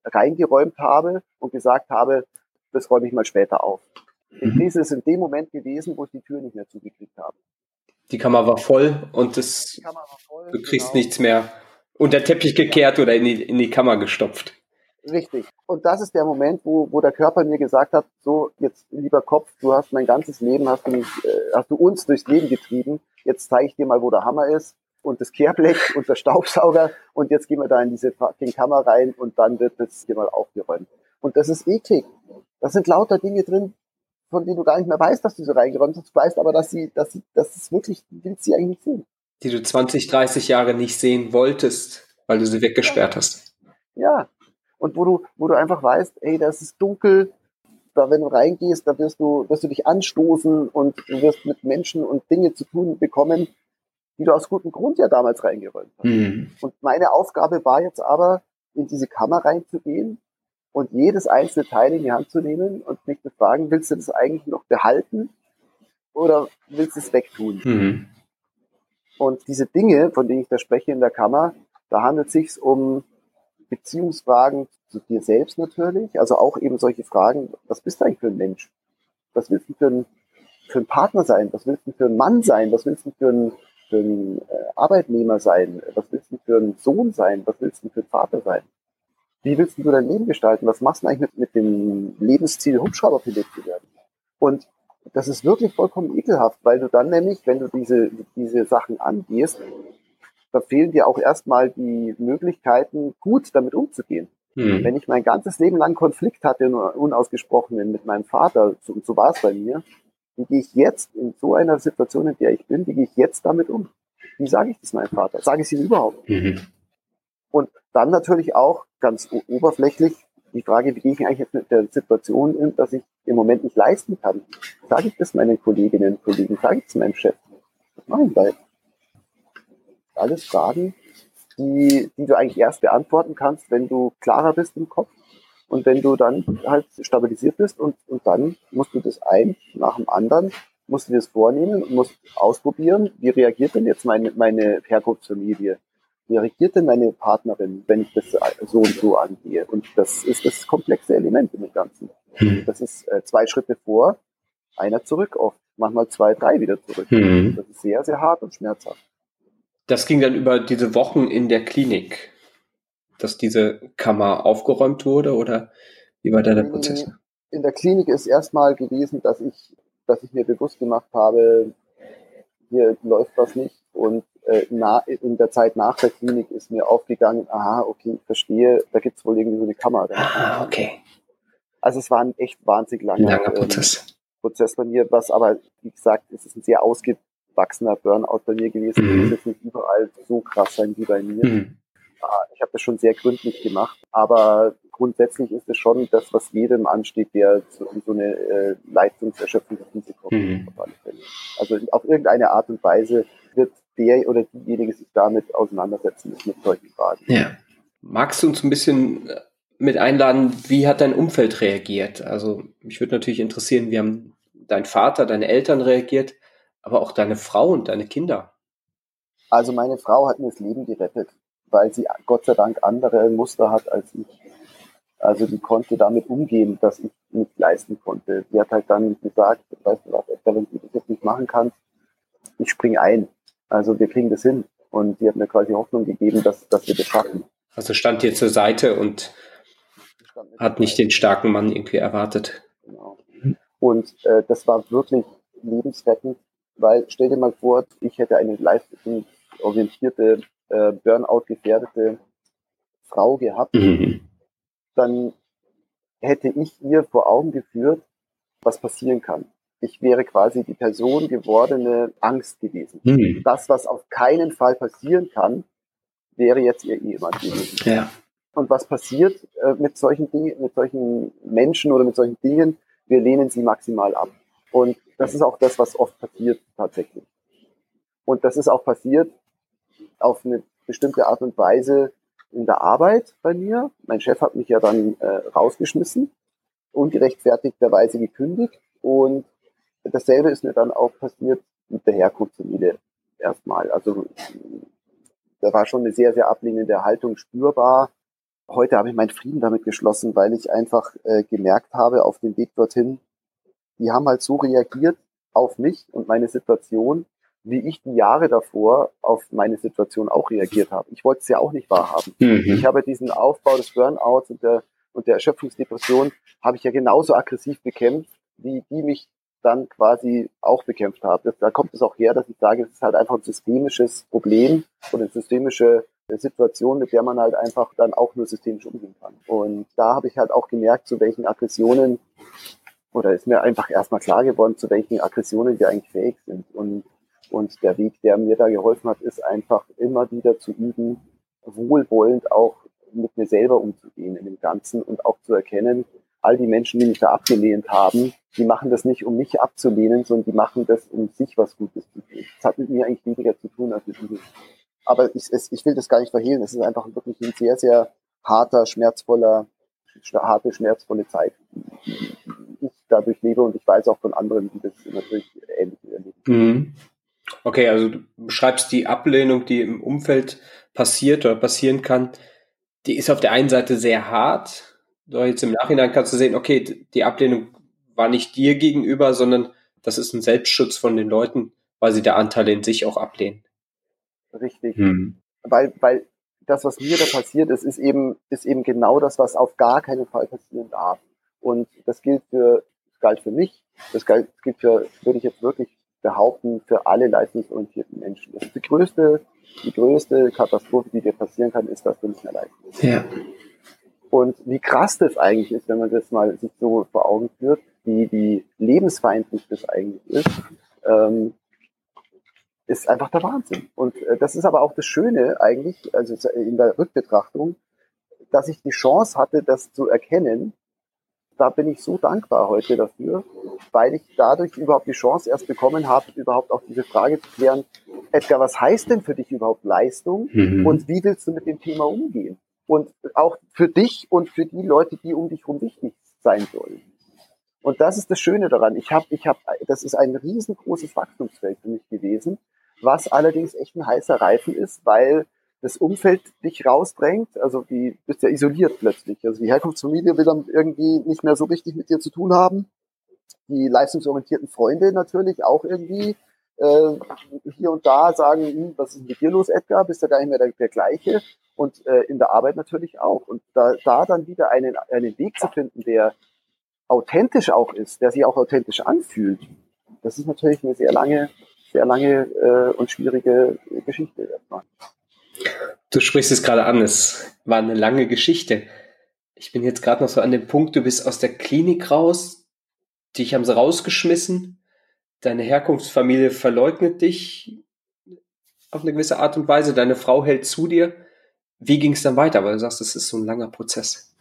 reingeräumt habe und gesagt habe, das räume ich mal später auf. Die Mhm. Krise ist in dem Moment gewesen, wo ich die Tür nicht mehr zugekriegt habe. Die Kammer war voll und das, Die Kammer war voll, du kriegst genau. nichts mehr unter den Teppich gekehrt oder in die, in die Kammer gestopft. Richtig. Und das ist der Moment, wo, wo der Körper mir gesagt hat, so, jetzt, lieber Kopf, du hast mein ganzes Leben, hast du mich, äh, hast du uns durchs Leben getrieben, jetzt zeige ich dir mal, wo der Hammer ist und das Kehrblech und der Staubsauger und jetzt gehen wir da in diese fucking Kammer rein und dann wird das hier mal aufgeräumt. Und das ist eklig. Da sind lauter Dinge drin, von denen du gar nicht mehr weißt, dass du sie reingeräumt hast. Du weißt aber, dass sie, dass sie, dass es wirklich, du willst sie eigentlich nicht sehen. Die du zwanzig, dreißig Jahre nicht sehen wolltest, weil du sie weggesperrt hast. Ja. Und wo du, wo du einfach weißt, ey, das ist dunkel, da wenn du reingehst, da wirst du, wirst du dich anstoßen und du wirst mit Menschen und Dinge zu tun bekommen, die du aus gutem Grund ja damals reingeräumt hast. Mhm. Und meine Aufgabe war jetzt aber, in diese Kammer reinzugehen und jedes einzelne Teil in die Hand zu nehmen und mich zu fragen, willst du das eigentlich noch behalten oder willst du es wegtun? Mhm. Und diese Dinge, von denen ich da spreche in der Kammer, da handelt es sich um Beziehungsfragen zu dir selbst natürlich, also auch eben solche Fragen, was bist du eigentlich für ein Mensch? Was willst du für ein, für ein Partner sein? Was willst du für ein Mann sein? Was willst du für ein, für ein äh, Arbeitnehmer sein? Was willst du für ein Sohn sein? Was willst du für ein Vater sein? Wie willst du dein Leben gestalten? Was machst du eigentlich mit, mit dem Lebensziel, Hubschrauberpilot zu werden? Und das ist wirklich vollkommen ekelhaft, weil du dann nämlich, wenn du diese, diese Sachen angehst, da fehlen dir auch erstmal die Möglichkeiten, gut damit umzugehen. Mhm. Wenn ich mein ganzes Leben lang Konflikt hatte, nur unausgesprochenen mit meinem Vater, so, so war es bei mir, wie gehe ich jetzt in so einer Situation, in der ich bin, wie gehe ich jetzt damit um? Wie sage ich das meinem Vater? Sage ich es ihm überhaupt? Mhm. Und dann natürlich auch ganz oberflächlich die Frage, wie gehe ich eigentlich jetzt mit der Situation um, dass ich im Moment nicht leisten kann? Sage ich das meinen Kolleginnen und Kollegen? Sage ich das meinem Chef? Was mache ich da jetzt? Alles Fragen, die, die du eigentlich erst beantworten kannst, wenn du klarer bist im Kopf und wenn du dann halt stabilisiert bist und, und dann musst du das ein nach dem anderen, musst du das vornehmen und musst ausprobieren, wie reagiert denn jetzt meine, meine Herkunftsfamilie? Wie reagiert denn meine Partnerin, wenn ich das so und so angehe? Und das ist das komplexe Element in dem Ganzen. Mhm. Das ist äh, zwei Schritte vor, einer zurück oft, manchmal zwei, drei wieder zurück. Mhm. Das ist sehr, sehr hart und schmerzhaft. Das ging dann über diese Wochen in der Klinik, dass diese Kammer aufgeräumt wurde, oder wie war da der Nee, nee, Prozess? nee. In der Klinik ist erstmal gewesen, dass ich, dass ich mir bewusst gemacht habe, hier läuft was nicht. Und äh, na, in der Zeit nach der Klinik ist mir aufgegangen, aha, okay, ich verstehe, da gibt es wohl irgendwie so eine Kammer. Ah, okay. Also es war ein echt wahnsinnig Ein langer, langer ähm, Prozess. Prozess bei mir, was aber, wie gesagt, es ist ein sehr ausgewachsener Burnout bei mir gewesen. Mhm. Es muss jetzt nicht überall so krass sein wie bei mir. Mhm. Ich habe das schon sehr gründlich gemacht, aber grundsätzlich ist es schon das, was jedem ansteht, der so, in so eine äh, leistungserschöpfende Krise kommt. Mhm. Auf alle Fälle. Also auf irgendeine Art und Weise wird der oder diejenige sich damit auseinandersetzen müssen mit solchen Fragen. Ja. Magst du uns ein bisschen mit einladen, wie hat dein Umfeld reagiert? Also mich würde natürlich interessieren, wie haben dein Vater, deine Eltern reagiert, aber auch deine Frau und deine Kinder. Also meine Frau hat mir das Leben gerettet, weil sie Gott sei Dank andere Muster hat als ich. Also die konnte damit umgehen, dass ich nicht leisten konnte. Die hat halt dann gesagt, weißt du was, wenn du das jetzt nicht machen kannst, ich spring ein. Also wir kriegen das hin. Und die hat mir quasi Hoffnung gegeben, dass, dass wir das schaffen. Also stand dir zur Seite und hat nicht den starken Mann irgendwie erwartet. Genau. Und äh, das war wirklich lebensrettend, weil stell dir mal vor, ich hätte eine leistungsorientierte, äh, Burnout-gefährdete Frau gehabt, Mhm. dann hätte ich ihr vor Augen geführt, was passieren kann. Ich wäre quasi die Person gewordene Angst gewesen. Mhm. Das, was auf keinen Fall passieren kann, wäre jetzt ihr Ehemann gewesen. Ja. Und was passiert äh, mit solchen Dingen, mit solchen Menschen oder mit solchen Dingen? Wir lehnen sie maximal ab. Und das ist auch das, was oft passiert tatsächlich. Und das ist auch passiert auf eine bestimmte Art und Weise in der Arbeit bei mir. Mein Chef hat mich ja dann äh, rausgeschmissen, ungerechtfertigterweise gekündigt. Und dasselbe ist mir dann auch passiert mit der Herkunftsfamilie erstmal. Also da war schon eine sehr, sehr ablehnende Haltung spürbar. heute habe ich meinen Frieden damit geschlossen, weil ich einfach äh, gemerkt habe auf dem Weg dorthin, die haben halt so reagiert auf mich und meine Situation, wie ich die Jahre davor auf meine Situation auch reagiert habe. Ich wollte es ja auch nicht wahrhaben. Mhm. Ich habe diesen Aufbau des Burnouts und der, und der Erschöpfungsdepression habe ich ja genauso aggressiv bekämpft, wie die mich dann quasi auch bekämpft haben. Das, da kommt es auch her, dass ich sage, es ist halt einfach ein systemisches Problem oder eine systemische Situation, mit der man halt einfach dann auch nur systemisch umgehen kann. Und da habe ich halt auch gemerkt, zu welchen Aggressionen, oder ist mir einfach erstmal klar geworden, zu welchen Aggressionen wir eigentlich fähig sind. Und, und der Weg, der mir da geholfen hat, ist einfach immer wieder zu üben, wohlwollend auch mit mir selber umzugehen in dem Ganzen und auch zu erkennen, all die Menschen, die mich da abgelehnt haben, die machen das nicht, um mich abzulehnen, sondern die machen das, um sich was Gutes zu tun. Das hat mit mir eigentlich weniger zu tun als mit ihnen. Aber ich, es, ich will das gar nicht verhehlen. Es ist einfach wirklich ein sehr, sehr harter, schmerzvoller, harte, schmerzvolle Zeit, die ich dadurch lebe. Und ich weiß auch von anderen, die das natürlich ähnlich erleben. Mhm. Okay, also du beschreibst die Ablehnung, die im Umfeld passiert oder passieren kann. Die ist auf der einen Seite sehr hart. Doch jetzt im Nachhinein kannst du sehen, okay, die Ablehnung war nicht dir gegenüber, sondern das ist ein Selbstschutz von den Leuten, weil sie der Anteile in sich auch ablehnen. Richtig. Hm. Weil, weil das, was mir da passiert ist, ist eben, ist eben genau das, was auf gar keinen Fall passieren darf. Und das gilt für, das galt für mich, das gilt, das gilt für, würde ich jetzt wirklich behaupten, für alle leistungsorientierten Menschen. Das ist die größte, die größte Katastrophe, die dir passieren kann, ist, dass du nicht mehr leisten kannst. Ja. Und wie krass das eigentlich ist, wenn man das mal sich so vor Augen führt, wie, wie lebensfeindlich das eigentlich ist, ähm, ist einfach der Wahnsinn. Und äh, das ist aber auch das Schöne eigentlich, also in der Rückbetrachtung, dass ich die Chance hatte, das zu erkennen. Da bin ich so dankbar heute dafür, weil ich dadurch überhaupt die Chance erst bekommen habe, überhaupt auch diese Frage zu klären, Edgar, was heißt denn für dich überhaupt Leistung? Mhm. Und wie willst du mit dem Thema umgehen? Und auch für dich und für die Leute, die um dich herum wichtig sein sollen. Und das ist das Schöne daran. Ich habe, ich habe, das ist ein riesengroßes Wachstumsfeld für mich gewesen, was allerdings echt ein heißer Reifen ist, weil das Umfeld dich rausdrängt. Also du bist ja isoliert plötzlich. Also die Herkunftsfamilie will dann irgendwie nicht mehr so richtig mit dir zu tun haben. Die leistungsorientierten Freunde natürlich auch irgendwie äh, hier und da sagen, hm, was ist denn mit dir los, Edgar? Bist ja gar nicht mehr der, der Gleiche. Und äh, in der Arbeit natürlich auch. Und da, da dann wieder einen, einen Weg zu finden, der authentisch auch ist, der sich auch authentisch anfühlt, das ist natürlich eine sehr lange, sehr lange äh, und schwierige Geschichte erstmal. Du sprichst es gerade an, es war eine lange Geschichte. Ich bin jetzt gerade noch so an dem Punkt, du bist aus der Klinik raus, dich haben sie rausgeschmissen, deine Herkunftsfamilie verleugnet dich auf eine gewisse Art und Weise, deine Frau hält zu dir. Wie ging es dann weiter? Weil du sagst, es ist so ein langer Prozess.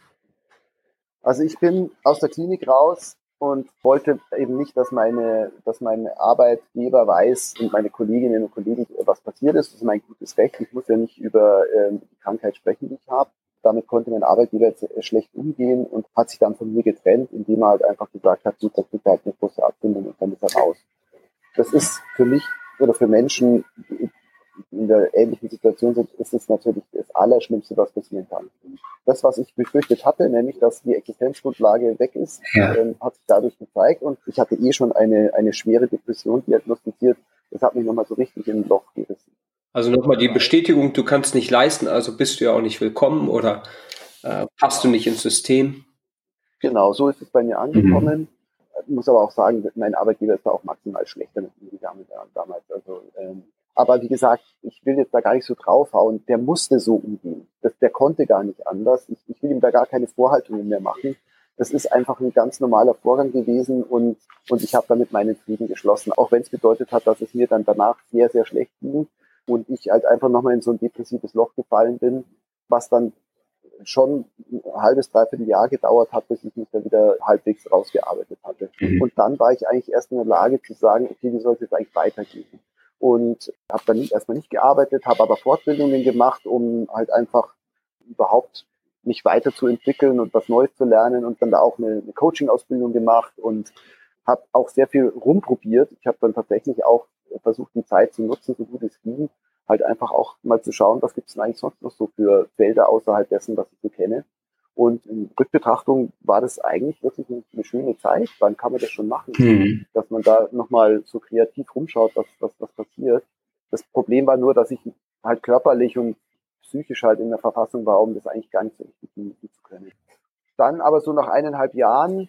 Also ich bin aus der Klinik raus und wollte eben nicht, dass meine, dass mein Arbeitgeber weiß und meine Kolleginnen und Kollegen, was passiert ist. Das ist mein gutes Recht. Ich muss ja nicht über äh, die Krankheit sprechen, die ich habe. Damit konnte mein Arbeitgeber jetzt schlecht umgehen und hat sich dann von mir getrennt, indem er halt einfach gesagt hat, gut, das gibt halt eine große Abfindung und dann ist er raus. Das ist für mich oder für Menschen, die in der ähnlichen Situation sind, ist es natürlich das Allerschlimmste, was passieren kann. Das, was ich befürchtet hatte, nämlich, dass die Existenzgrundlage weg ist, ja. ähm, hat sich dadurch gezeigt und ich hatte eh schon eine, eine schwere Depression diagnostiziert. Das hat mich nochmal so richtig in ein Loch gerissen. Also nochmal die Bestätigung, du kannst nicht leisten, also bist du ja auch nicht willkommen oder äh, passt du nicht ins System. Genau, so ist es bei mir angekommen. Mhm. Ich muss aber auch sagen, mein Arbeitgeber ist da auch maximal schlechter mit mir gegangen damals. Also, ähm, aber wie gesagt, ich will jetzt da gar nicht so draufhauen. Der musste so umgehen. Das, der konnte gar nicht anders. Ich, ich will ihm da gar keine Vorhaltungen mehr machen. Das ist einfach ein ganz normaler Vorgang gewesen und, und ich habe damit meinen Frieden geschlossen. Auch wenn es bedeutet hat, dass es mir dann danach sehr, sehr schlecht ging und ich halt einfach nochmal in so ein depressives Loch gefallen bin, was dann schon ein halbes, dreiviertel Jahr gedauert hat, bis ich mich da wieder halbwegs rausgearbeitet hatte. Mhm. Und dann war ich eigentlich erst in der Lage zu sagen, okay, wie soll es jetzt eigentlich weitergehen? Und habe dann nicht, erstmal nicht gearbeitet, habe aber Fortbildungen gemacht, um halt einfach überhaupt mich weiterzuentwickeln und was Neues zu lernen und dann da auch eine, eine Coaching-Ausbildung gemacht und habe auch sehr viel rumprobiert. Ich habe dann tatsächlich auch versucht, die Zeit zu nutzen, so gut es ging, halt einfach auch mal zu schauen, was gibt es denn eigentlich sonst noch so für Felder außerhalb dessen, was ich so kenne. Und in Rückbetrachtung war das eigentlich wirklich eine, eine schöne Zeit. Wann kann man das schon machen? Mhm. Dass man da nochmal so kreativ rumschaut, was, was, was passiert. Das Problem war nur, dass ich halt körperlich und psychisch halt in der Verfassung war, um das eigentlich gar nicht so richtig genießen zu können. Dann aber so nach eineinhalb Jahren,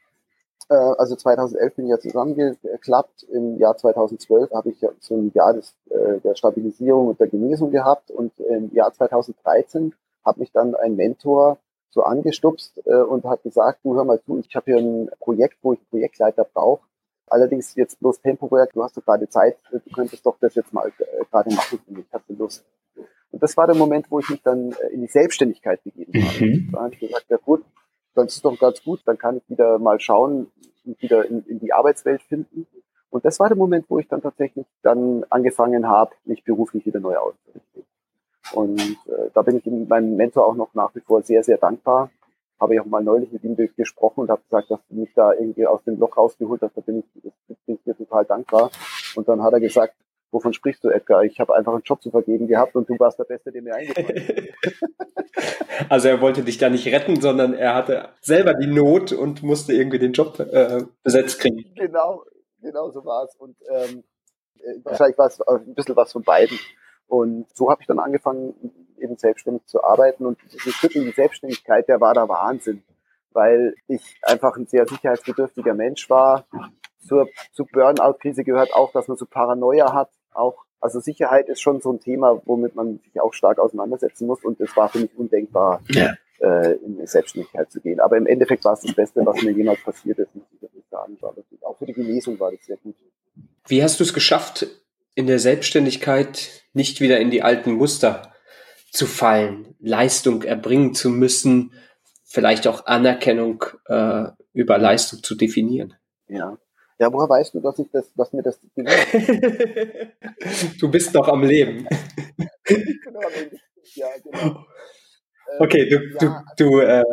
äh, also zweitausendelf bin ich ja zusammengeklappt, im Jahr zweitausendzwölf habe ich ja so ein Jahr des, äh, der Stabilisierung und der Genesung gehabt und im Jahr zweitausenddreizehn hat mich dann ein Mentor so angestupst äh, und hat gesagt, du hör mal zu, ich habe hier ein Projekt, wo ich einen Projektleiter brauche. Allerdings jetzt bloß temporär, du hast doch gerade Zeit, du könntest doch das jetzt mal äh, gerade machen für mich, hast du Lust? Und das war der Moment, wo ich mich dann äh, in die Selbstständigkeit begeben habe. Mhm. Da habe ich gesagt, ja gut, dann ist es doch ganz gut, dann kann ich wieder mal schauen und wieder in, in die Arbeitswelt finden. Und das war der Moment, wo ich dann tatsächlich dann angefangen habe, mich beruflich wieder neu auszurichten. Und äh, da bin ich meinem Mentor auch noch nach wie vor sehr, sehr dankbar. Habe ich auch mal neulich mit ihm gesprochen und habe gesagt, dass du mich da irgendwie aus dem Loch rausgeholt hast. Da bin ich, bin ich dir total dankbar. Und dann hat er gesagt, wovon sprichst du, Edgar? Ich habe einfach einen Job zu vergeben gehabt und du warst der Beste, der mir eingefallen ist. Also er wollte dich da nicht retten, sondern er hatte selber die Not und musste irgendwie den Job äh, besetzt kriegen. Genau, genau so war es. Und ähm, wahrscheinlich war es ein bisschen was von beiden. Und so habe ich dann angefangen, eben selbstständig zu arbeiten. Und dieser Schritt in die Selbstständigkeit, der war der Wahnsinn, weil ich einfach ein sehr sicherheitsbedürftiger Mensch war. Zur, zur Burnout-Krise gehört auch, dass man so Paranoia hat. Auch, also Sicherheit ist schon so ein Thema, womit man sich auch stark auseinandersetzen muss. Und es war für mich undenkbar, ja. äh, in die Selbstständigkeit zu gehen. Aber im Endeffekt war es das Beste, was mir jemals passiert ist, muss ich wirklich sagen. War das, auch für die Genesung war das sehr gut. Wie hast du es geschafft, in der Selbstständigkeit nicht wieder in die alten Muster zu fallen, Leistung erbringen zu müssen, vielleicht auch Anerkennung äh, über Leistung zu definieren? Ja. Ja, woher weißt du, dass ich das, dass mir das Du bist noch am Leben. Ich bin noch am Leben. Ja, genau. Okay, du, ja, du, du äh,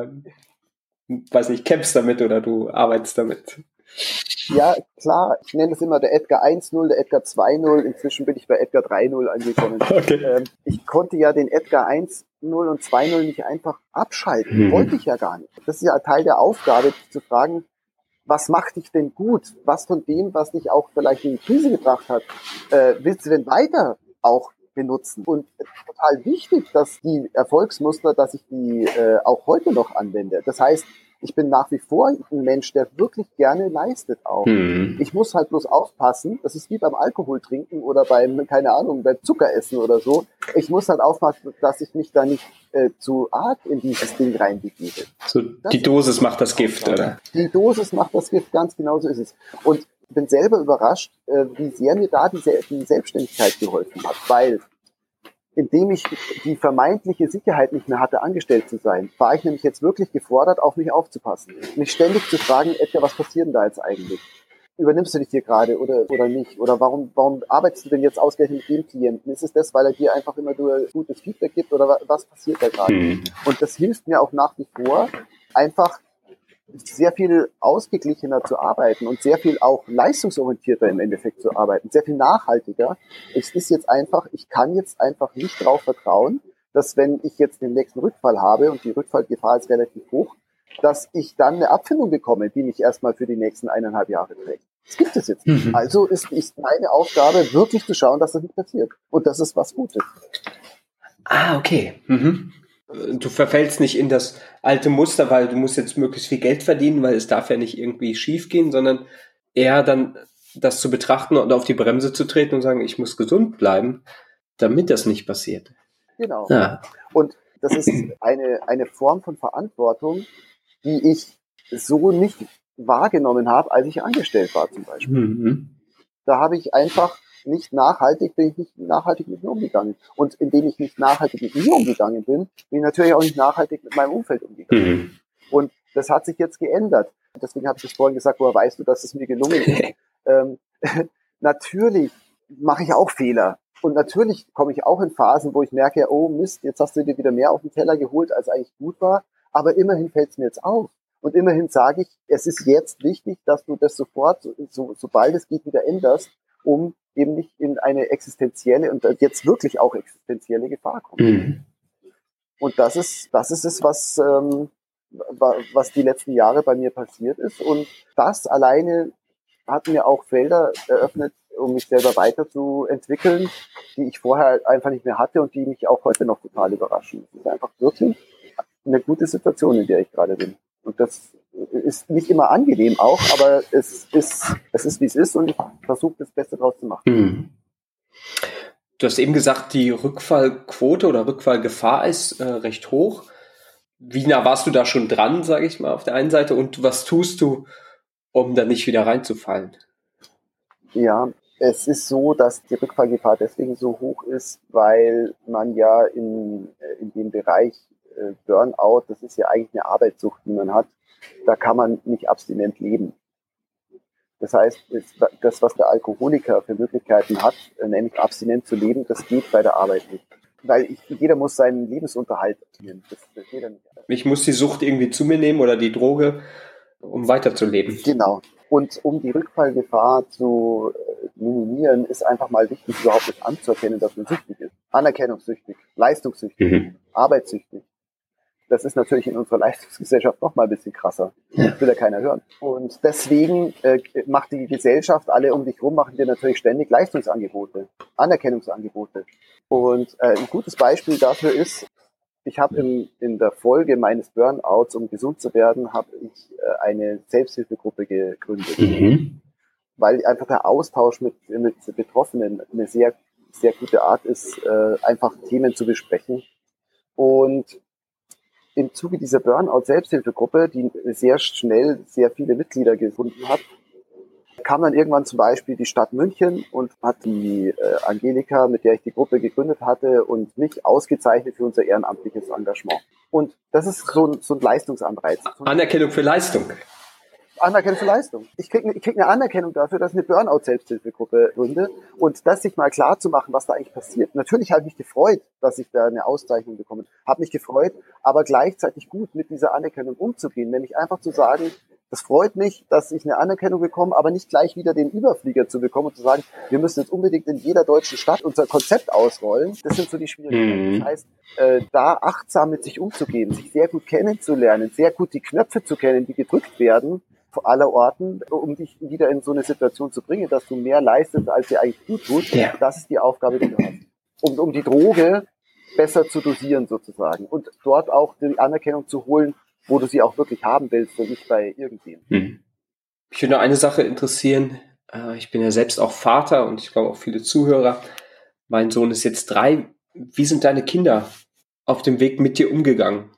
weiß nicht, kämpfst damit oder du arbeitest damit. Ja, klar. Ich nenne das immer der Edgar eins null, der Edgar zwei null. Inzwischen bin ich bei Edgar drei null angekommen. Okay. Ähm, ich konnte ja den Edgar eins null und zwei null nicht einfach abschalten. Mhm. Wollte ich ja gar nicht. Das ist ja Teil der Aufgabe, zu fragen, was macht dich denn gut? Was von dem, was dich auch vielleicht in die Krise gebracht hat, äh, willst du denn weiter auch benutzen? Und es ist total wichtig, dass die Erfolgsmuster, dass ich die äh, auch heute noch anwende. Das heißt, ich bin nach wie vor ein Mensch, der wirklich gerne leistet auch. Hm. Ich muss halt bloß aufpassen, das ist wie beim Alkohol trinken oder beim, keine Ahnung, beim Zuckeressen oder so. Ich muss halt aufpassen, dass ich mich da nicht äh, zu arg in dieses Ding reinbegebe. So, die Dosis macht das Gift, oder? Die Dosis macht das Gift, ganz genau so ist es. Und ich bin selber überrascht, äh, wie sehr mir da die, die Selbstständigkeit geholfen hat, weil indem ich die vermeintliche Sicherheit nicht mehr hatte, angestellt zu sein, war ich nämlich jetzt wirklich gefordert, auf mich aufzupassen. Mich ständig zu fragen, Edgar, was passiert denn da jetzt eigentlich? Übernimmst du dich hier gerade oder, oder nicht? Oder warum, warum arbeitest du denn jetzt ausgerechnet mit dem Klienten? Ist es das, weil er dir einfach immer nur gutes Feedback gibt oder was passiert da gerade? Mhm. Und das hilft mir auch nach wie vor, einfach sehr viel ausgeglichener zu arbeiten und sehr viel auch leistungsorientierter im Endeffekt zu arbeiten, sehr viel nachhaltiger. Es ist jetzt einfach, ich kann jetzt einfach nicht darauf vertrauen, dass wenn ich jetzt den nächsten Rückfall habe und die Rückfallgefahr ist relativ hoch, dass ich dann eine Abfindung bekomme, die mich erstmal für die nächsten eineinhalb Jahre trägt. Das gibt es jetzt nicht. Mhm. Also ist, ist meine Aufgabe, wirklich zu schauen, dass das nicht passiert. Und das ist was Gutes. Ah, okay. Mhm. Du verfällst nicht in das alte Muster, weil du musst jetzt möglichst viel Geld verdienen, weil es darf ja nicht irgendwie schief gehen, sondern eher dann das zu betrachten und auf die Bremse zu treten und sagen, ich muss gesund bleiben, damit das nicht passiert. Genau. Ja. Und das ist eine, eine Form von Verantwortung, die ich so nicht wahrgenommen habe, als ich angestellt war zum Beispiel. Mhm. Da habe ich einfach nicht nachhaltig, bin ich nicht nachhaltig mit mir umgegangen. Und indem ich nicht nachhaltig mit mir umgegangen bin, bin ich natürlich auch nicht nachhaltig mit meinem Umfeld umgegangen. Mhm. Und das hat sich jetzt geändert. Deswegen habe ich das vorhin gesagt, woher weißt du, dass es mir gelungen ist? ähm, natürlich mache ich auch Fehler. Und natürlich komme ich auch in Phasen, wo ich merke, oh Mist, jetzt hast du dir wieder mehr auf den Teller geholt, als eigentlich gut war. Aber immerhin fällt es mir jetzt auf. Und immerhin sage ich, es ist jetzt wichtig, dass du das sofort, so, sobald es geht, wieder änderst. um eben nicht in eine existenzielle und jetzt wirklich auch existenzielle Gefahr kommen. Mhm. Und das ist, das ist es, was, ähm, was die letzten Jahre bei mir passiert ist. Und das alleine hat mir auch Felder eröffnet, um mich selber weiterzuentwickeln, die ich vorher einfach nicht mehr hatte und die mich auch heute noch total überraschen. Es ist einfach wirklich eine gute Situation, in der ich gerade bin. Und das ist nicht immer angenehm auch, aber es ist, es ist, wie es ist, und ich versuche, das Beste draus zu machen. Mhm. Du hast eben gesagt, die Rückfallquote oder Rückfallgefahr ist äh, recht hoch. Wie nah warst du da schon dran, sage ich mal, auf der einen Seite? Und was tust du, um da nicht wieder reinzufallen? Ja, es ist so, dass die Rückfallgefahr deswegen so hoch ist, weil man ja in, in dem Bereich äh, Burnout, das ist ja eigentlich eine Arbeitssucht, die man hat, da kann man nicht abstinent leben. Das heißt, das, was der Alkoholiker für Möglichkeiten hat, nämlich abstinent zu leben, das geht bei der Arbeit nicht. Weil ich, jeder muss seinen Lebensunterhalt nehmen. Das, das geht ja nicht. Ich muss die Sucht irgendwie zu mir nehmen oder die Droge, um weiterzuleben. Genau. Und um die Rückfallgefahr zu minimieren, ist einfach mal wichtig, überhaupt das anzuerkennen, dass man süchtig ist. Anerkennungssüchtig, leistungssüchtig, mhm. arbeitssüchtig. Das ist natürlich in unserer Leistungsgesellschaft noch mal ein bisschen krasser. Das will ja keiner hören. Und deswegen äh, macht die Gesellschaft, alle um dich rum, machen dir natürlich ständig Leistungsangebote, Anerkennungsangebote. Und äh, ein gutes Beispiel dafür ist, ich habe in, in der Folge meines Burnouts, um gesund zu werden, habe ich äh, eine Selbsthilfegruppe gegründet. Mhm. Weil einfach der Austausch mit, mit Betroffenen eine sehr, sehr gute Art ist, äh, einfach Themen zu besprechen. Und im Zuge dieser Burnout-Selbsthilfegruppe, die sehr schnell sehr viele Mitglieder gefunden hat, kam dann irgendwann zum Beispiel die Stadt München und hat die äh, Angelika, mit der ich die Gruppe gegründet hatte, und mich ausgezeichnet für unser ehrenamtliches Engagement. Und das ist so ein, so ein Leistungsanreiz. Anerkennung für Leistung. Anerkennung für Leistung. Ich kriege ich krieg eine Anerkennung dafür, dass ich eine Burnout-Selbsthilfegruppe gründe, und das sich mal klar zu machen, was da eigentlich passiert. Natürlich habe ich mich gefreut, dass ich da eine Auszeichnung bekomme. Habe mich gefreut, aber gleichzeitig gut mit dieser Anerkennung umzugehen. Nämlich einfach zu sagen, das freut mich, dass ich eine Anerkennung bekomme, aber nicht gleich wieder den Überflieger zu bekommen und zu sagen, wir müssen jetzt unbedingt in jeder deutschen Stadt unser Konzept ausrollen. Das sind so die Schwierigkeiten. Mhm. Das heißt, äh, da achtsam mit sich umzugehen, sich sehr gut kennenzulernen, sehr gut die Knöpfe zu kennen, die gedrückt werden, vor aller Orten, um dich wieder in so eine Situation zu bringen, dass du mehr leistest, als dir eigentlich gut tut. Ja. Das ist die Aufgabe, die du hast. Um, um die Droge besser zu dosieren sozusagen und dort auch die Anerkennung zu holen, wo du sie auch wirklich haben willst und nicht bei irgendwem. Hm. Mich würde nur eine Sache interessieren. Ich bin ja selbst auch Vater und ich glaube auch viele Zuhörer. Mein Sohn ist jetzt drei. Wie sind deine Kinder auf dem Weg mit dir umgegangen?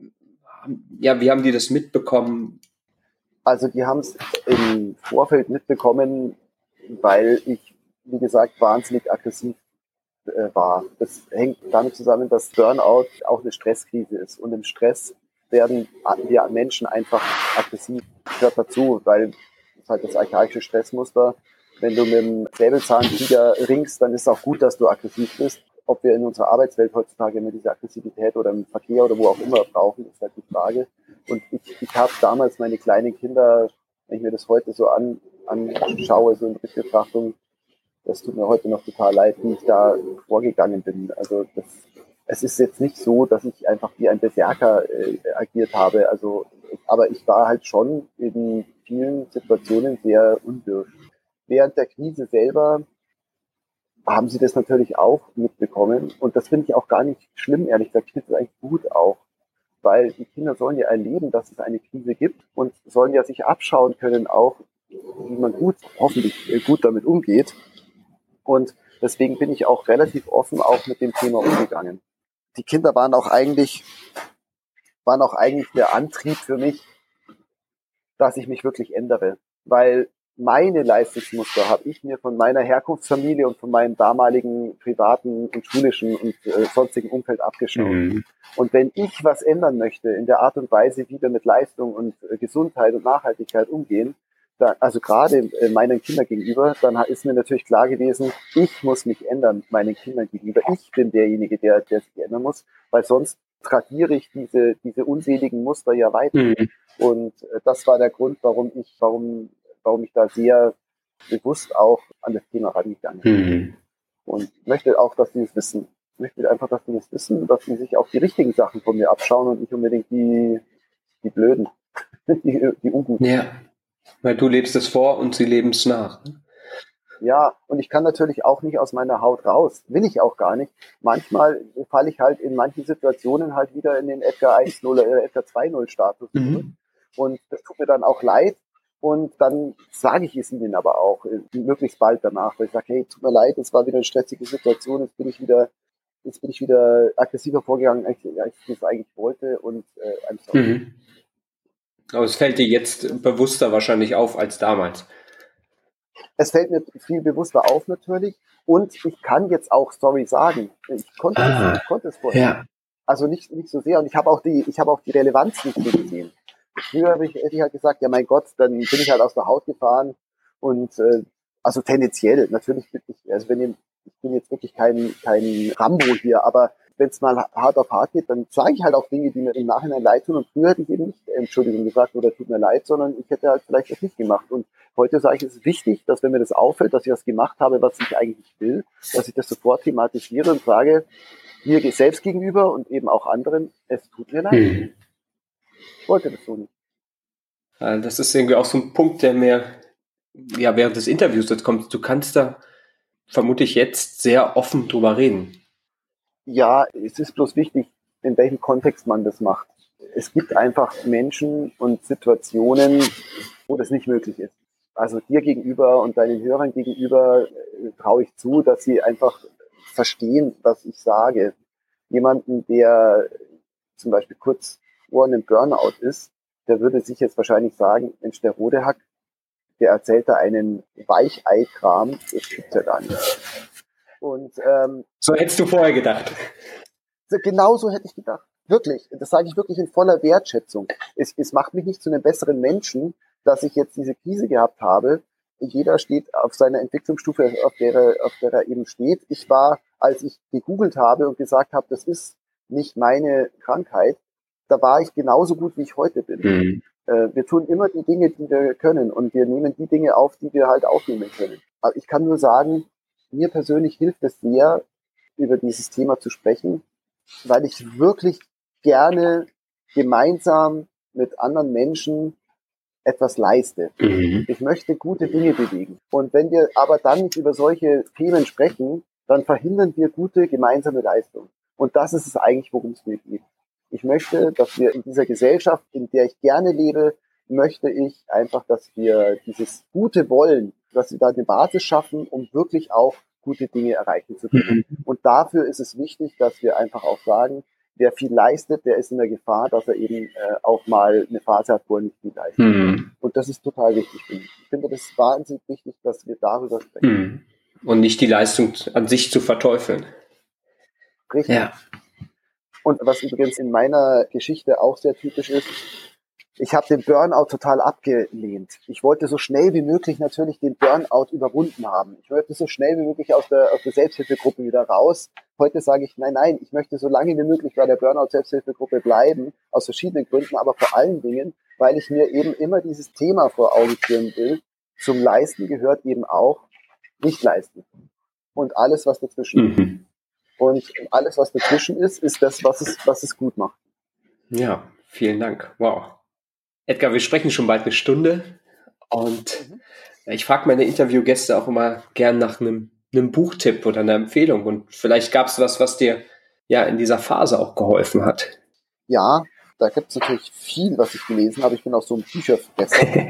Ja, wie haben die das mitbekommen? Also die haben es im Vorfeld mitbekommen, weil ich, wie gesagt, wahnsinnig aggressiv äh, war. Das hängt damit zusammen, dass Burnout auch eine Stresskrise ist. Und im Stress werden wir Menschen einfach aggressiv. Das gehört dazu, weil das ist halt das archaische Stressmuster. Wenn du mit dem Säbelzahntiger ringst, dann ist es auch gut, dass du aggressiv bist. Ob wir in unserer Arbeitswelt heutzutage immer diese Aggressivität oder im Verkehr oder wo auch immer brauchen, ist halt die Frage. Und ich, ich habe damals meine kleinen Kinder, wenn ich mir das heute so an, anschaue, so in Rückbetrachtung, das tut mir heute noch total leid, wie ich da vorgegangen bin. Also das, es ist jetzt nicht so, dass ich einfach wie ein Berserker äh, agiert habe. Also, aber ich war halt schon in vielen Situationen sehr unwirsch. Während der Krise selber haben sie das natürlich auch mitbekommen. Und das finde ich auch gar nicht schlimm, ehrlich gesagt. Ich finde das eigentlich gut auch. Weil die Kinder sollen ja erleben, dass es eine Krise gibt und sollen ja sich abschauen können auch, wie man gut, hoffentlich gut damit umgeht. Und deswegen bin ich auch relativ offen auch mit dem Thema umgegangen. Die Kinder waren auch eigentlich, waren auch eigentlich der Antrieb für mich, dass ich mich wirklich ändere. Weil meine Leistungsmuster habe ich mir von meiner Herkunftsfamilie und von meinem damaligen privaten und schulischen und äh, sonstigen Umfeld abgeschaut. Mhm. Und wenn ich was ändern möchte in der Art und Weise, wie wir mit Leistung und äh, Gesundheit und Nachhaltigkeit umgehen, da, also gerade äh, meinen Kindern gegenüber, dann ist mir natürlich klar gewesen, ich muss mich ändern meinen Kindern gegenüber. Ich bin derjenige, der, der sich ändern muss, weil sonst tradiere ich diese, diese unseligen Muster ja weiter. Mhm. Und äh, das war der Grund, warum ich, warum warum ich da sehr bewusst auch an das Thema rangegangen. Mhm. Und möchte auch, dass die es wissen. Ich möchte einfach, dass die das wissen, dass sie sich auch die richtigen Sachen von mir abschauen und nicht unbedingt die, die blöden, die, die unguten. Ja, weil du lebst es vor und sie leben es nach. Ja, und ich kann natürlich auch nicht aus meiner Haut raus. Will ich auch gar nicht. Manchmal falle ich halt in manchen Situationen halt wieder in den Edgar eins null oder Edgar zwei null Status zurück. Mhm. Und das tut mir dann auch leid. Und dann sage ich es ihnen aber auch, möglichst bald danach, weil ich sage, hey, tut mir leid, es war wieder eine stressige Situation, jetzt bin ich wieder, jetzt bin ich wieder aggressiver vorgegangen, als ich das eigentlich wollte und äh, I'm sorry. Mhm. Aber es fällt dir jetzt bewusster wahrscheinlich auf als damals. Es fällt mir viel bewusster auf natürlich und ich kann jetzt auch sorry sagen. Ich konnte, Ah, es, ich konnte es vorher. ja. Also nicht, nicht so sehr und ich habe auch die, ich habe auch die Relevanz nicht so gesehen. Früher habe ich, hätte ich halt gesagt, ja mein Gott, dann bin ich halt aus der Haut gefahren und äh, also tendenziell, natürlich bin ich, also wenn ich, ich bin jetzt wirklich kein, kein Rambo hier, aber wenn es mal hart auf hart geht, dann sage ich halt auch Dinge, die mir im Nachhinein leid tun. Und früher hätte ich eben nicht Entschuldigung gesagt oder tut mir leid, sondern ich hätte halt vielleicht das nicht gemacht. Und heute sage ich, es ist wichtig, dass wenn mir das auffällt, dass ich das gemacht habe, was ich eigentlich nicht will, dass ich das sofort thematisiere und sage, mir selbst gegenüber und eben auch anderen, es tut mir leid. Hm. Ich wollte das so nicht. Das ist irgendwie auch so ein Punkt, der mir ja während des Interviews jetzt kommt. Du kannst da vermutlich jetzt sehr offen drüber reden. Ja, es ist bloß wichtig, in welchem Kontext man das macht. Es gibt einfach Menschen und Situationen, wo das nicht möglich ist. Also dir gegenüber und deinen Hörern gegenüber äh, traue ich zu, dass sie einfach verstehen, was ich sage. Jemanden, der zum Beispiel kurz vor einem Burnout ist, der würde sich jetzt wahrscheinlich sagen, Mensch, der Rodehack, der erzählt da einen Weichei-Kram, das gibt's ja gar nicht. Und ähm, so hättest du vorher gedacht. Genau so hätte ich gedacht. Wirklich. Das sage ich wirklich in voller Wertschätzung. Es, es macht mich nicht zu einem besseren Menschen, dass ich jetzt diese Krise gehabt habe. Jeder steht auf seiner Entwicklungsstufe, auf der er, auf der er eben steht. Ich war, als ich gegoogelt habe und gesagt habe, das ist nicht meine Krankheit, da war ich genauso gut, wie ich heute bin. Mhm. Äh, wir tun immer die Dinge, die wir können und wir nehmen die Dinge auf, die wir halt aufnehmen können. Aber ich kann nur sagen, mir persönlich hilft es sehr, über dieses Thema zu sprechen, weil ich wirklich gerne gemeinsam mit anderen Menschen etwas leiste. Mhm. Ich möchte gute Dinge bewegen. Und wenn wir aber dann nicht über solche Themen sprechen, dann verhindern wir gute gemeinsame Leistung. Und das ist es eigentlich, worum es mir geht. Ich möchte, dass wir in dieser Gesellschaft, in der ich gerne lebe, möchte ich einfach, dass wir dieses gute Wollen, dass wir da eine Basis schaffen, um wirklich auch gute Dinge erreichen zu können. Mhm. Und dafür ist es wichtig, dass wir einfach auch sagen, wer viel leistet, der ist in der Gefahr, dass er eben äh, auch mal eine Phase hat, wo er nicht viel leistet. Mhm. Und das ist total wichtig, finde ich. Ich finde das wahnsinnig wichtig, dass wir darüber sprechen. Mhm. Und nicht die Leistung an sich zu verteufeln. Richtig. Ja. Und was übrigens in meiner Geschichte auch sehr typisch ist, ich habe den Burnout total abgelehnt. Ich wollte so schnell wie möglich natürlich den Burnout überwunden haben. Ich wollte so schnell wie möglich aus der, aus der Selbsthilfegruppe wieder raus. Heute sage ich, nein, nein, ich möchte so lange wie möglich bei der Burnout-Selbsthilfegruppe bleiben, aus verschiedenen Gründen, aber vor allen Dingen, weil ich mir eben immer dieses Thema vor Augen führen will. Zum Leisten gehört eben auch nicht leisten. Und alles, was dazwischen Mhm. ist. Und alles, was dazwischen ist, ist das, was es, was es gut macht. Ja, vielen Dank. Wow. Edgar, wir sprechen schon bald eine Stunde und mhm. ich frage meine Interviewgäste auch immer gern nach einem, einem Buchtipp oder einer Empfehlung und vielleicht gab es was, was dir ja in dieser Phase auch geholfen hat. Ja, da gibt es natürlich viel, was ich gelesen habe. Ich bin auch so ein Bücherfresser.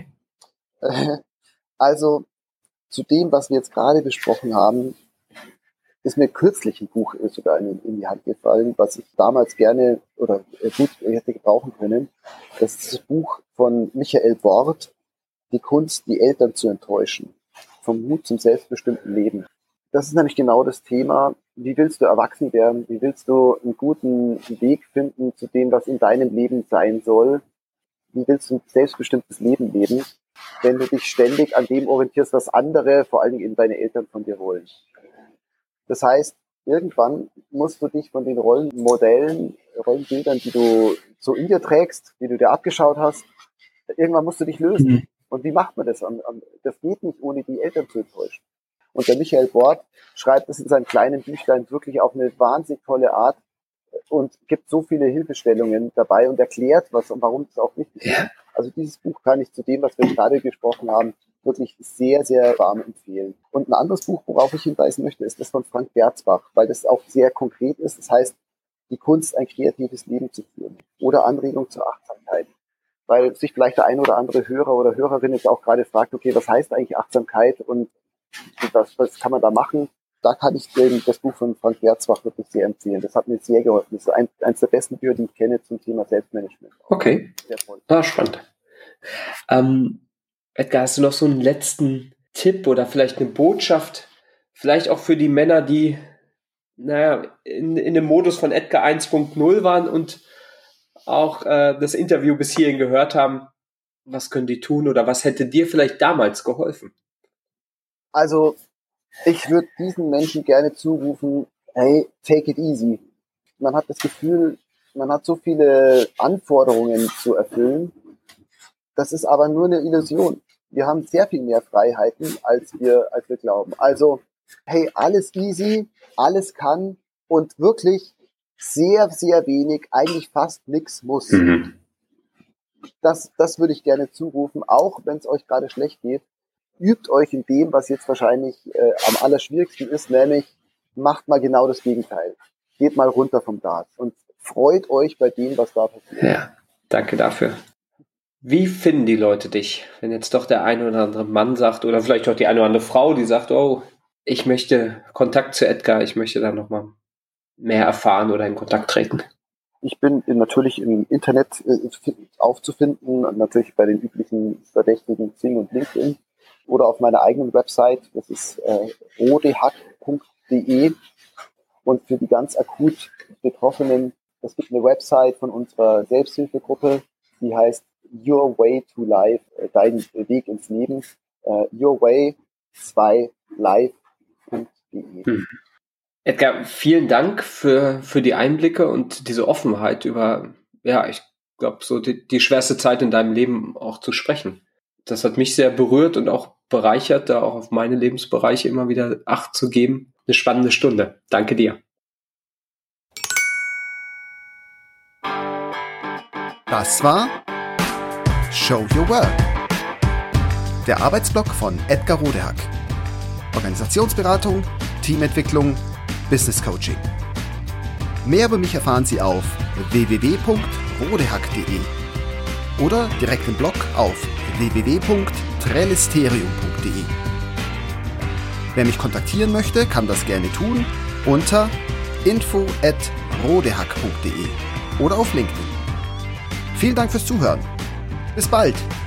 Also zu dem, was wir jetzt gerade besprochen haben, ist mir kürzlich ein Buch sogar in, in die Hand gefallen, was ich damals gerne oder gut hätte gebrauchen können. Das ist das Buch von Michael Bort, Die Kunst, die Eltern zu enttäuschen. Vom Mut zum selbstbestimmten Leben. Das ist nämlich genau das Thema, wie willst du erwachsen werden, wie willst du einen guten Weg finden zu dem, was in deinem Leben sein soll, wie willst du ein selbstbestimmtes Leben leben, wenn du dich ständig an dem orientierst, was andere, vor allen Dingen eben deine Eltern von dir wollen. Das heißt, irgendwann musst du dich von den Rollenmodellen, Rollenbildern, die du so in dir trägst, die du dir abgeschaut hast, irgendwann musst du dich lösen. Mhm. Und wie macht man das? Das geht nicht, ohne die Eltern zu enttäuschen. Und der Michael Bort schreibt es in seinem kleinen Büchlein wirklich auf eine wahnsinnig tolle Art und gibt so viele Hilfestellungen dabei und erklärt, was und warum das auch wichtig ist. Also dieses Buch kann ich zu dem, was wir gerade gesprochen haben, wirklich sehr, sehr warm empfehlen. Und ein anderes Buch, worauf ich hinweisen möchte, ist das von Frank Berzbach, weil das auch sehr konkret ist. Das heißt, die Kunst, ein kreatives Leben zu führen oder Anregung zur Achtsamkeit. Weil sich vielleicht der ein oder andere Hörer oder Hörerin jetzt auch gerade fragt, okay, was heißt eigentlich Achtsamkeit und was, was kann man da machen? Da kann ich den, das Buch von Frank Berzbach wirklich sehr empfehlen. Das hat mir sehr geholfen. Das ist ein, eines der besten Bücher, die ich kenne zum Thema Selbstmanagement. Okay, sehr toll. Ah, spannend. Ähm, Edgar, hast du noch so einen letzten Tipp oder vielleicht eine Botschaft, vielleicht auch für die Männer, die naja, in, in dem Modus von Edgar eins Punkt null waren und auch äh, das Interview bis hierhin gehört haben? Was können die tun oder was hätte dir vielleicht damals geholfen? Also, ich würde diesen Menschen gerne zurufen, hey, take it easy. Man hat das Gefühl, man hat so viele Anforderungen zu erfüllen. Das ist aber nur eine Illusion. Wir haben sehr viel mehr Freiheiten, als wir, als wir glauben. Also, hey, alles easy, alles kann und wirklich sehr, sehr wenig, eigentlich fast nichts muss. Mhm. Das, das würde ich gerne zurufen, auch wenn es euch gerade schlecht geht. Übt euch in dem, was jetzt wahrscheinlich äh, am allerschwierigsten ist, nämlich macht mal genau das Gegenteil. Geht mal runter vom Gas und freut euch bei dem, was da passiert. Ja, danke dafür. Wie finden die Leute dich, wenn jetzt doch der eine oder andere Mann sagt oder vielleicht auch die eine oder andere Frau, die sagt, oh, ich möchte Kontakt zu Edgar, ich möchte da nochmal mehr erfahren oder in Kontakt treten? Ich bin natürlich im Internet äh, aufzufinden, natürlich bei den üblichen Verdächtigen Xing und LinkedIn oder auf meiner eigenen Website, das ist äh, rodehack punkt de. Und für die ganz akut Betroffenen, es gibt eine Website von unserer Selbsthilfegruppe, die heißt Your Way to Life, äh, dein Weg ins Leben, äh, your way zwei life punkt de. Hm. Edgar, vielen Dank für, für die Einblicke und diese Offenheit über, ja, ich glaube, so die, die schwerste Zeit in deinem Leben auch zu sprechen. Das hat mich sehr berührt und auch bereichert, da auch auf meine Lebensbereiche immer wieder Acht zu geben. Eine spannende Stunde. Danke dir. Das war Show Your Work, der Arbeitsblock von Edgar Rodehack. Organisationsberatung, Teamentwicklung, Business Coaching. Mehr über mich erfahren Sie auf w w w punkt rodehack punkt de oder direkt im Blog auf w w w punkt trellisterium punkt de. Wer mich kontaktieren möchte, kann das gerne tun unter info at rodehack punkt de oder auf LinkedIn. Vielen Dank fürs Zuhören. Bis bald!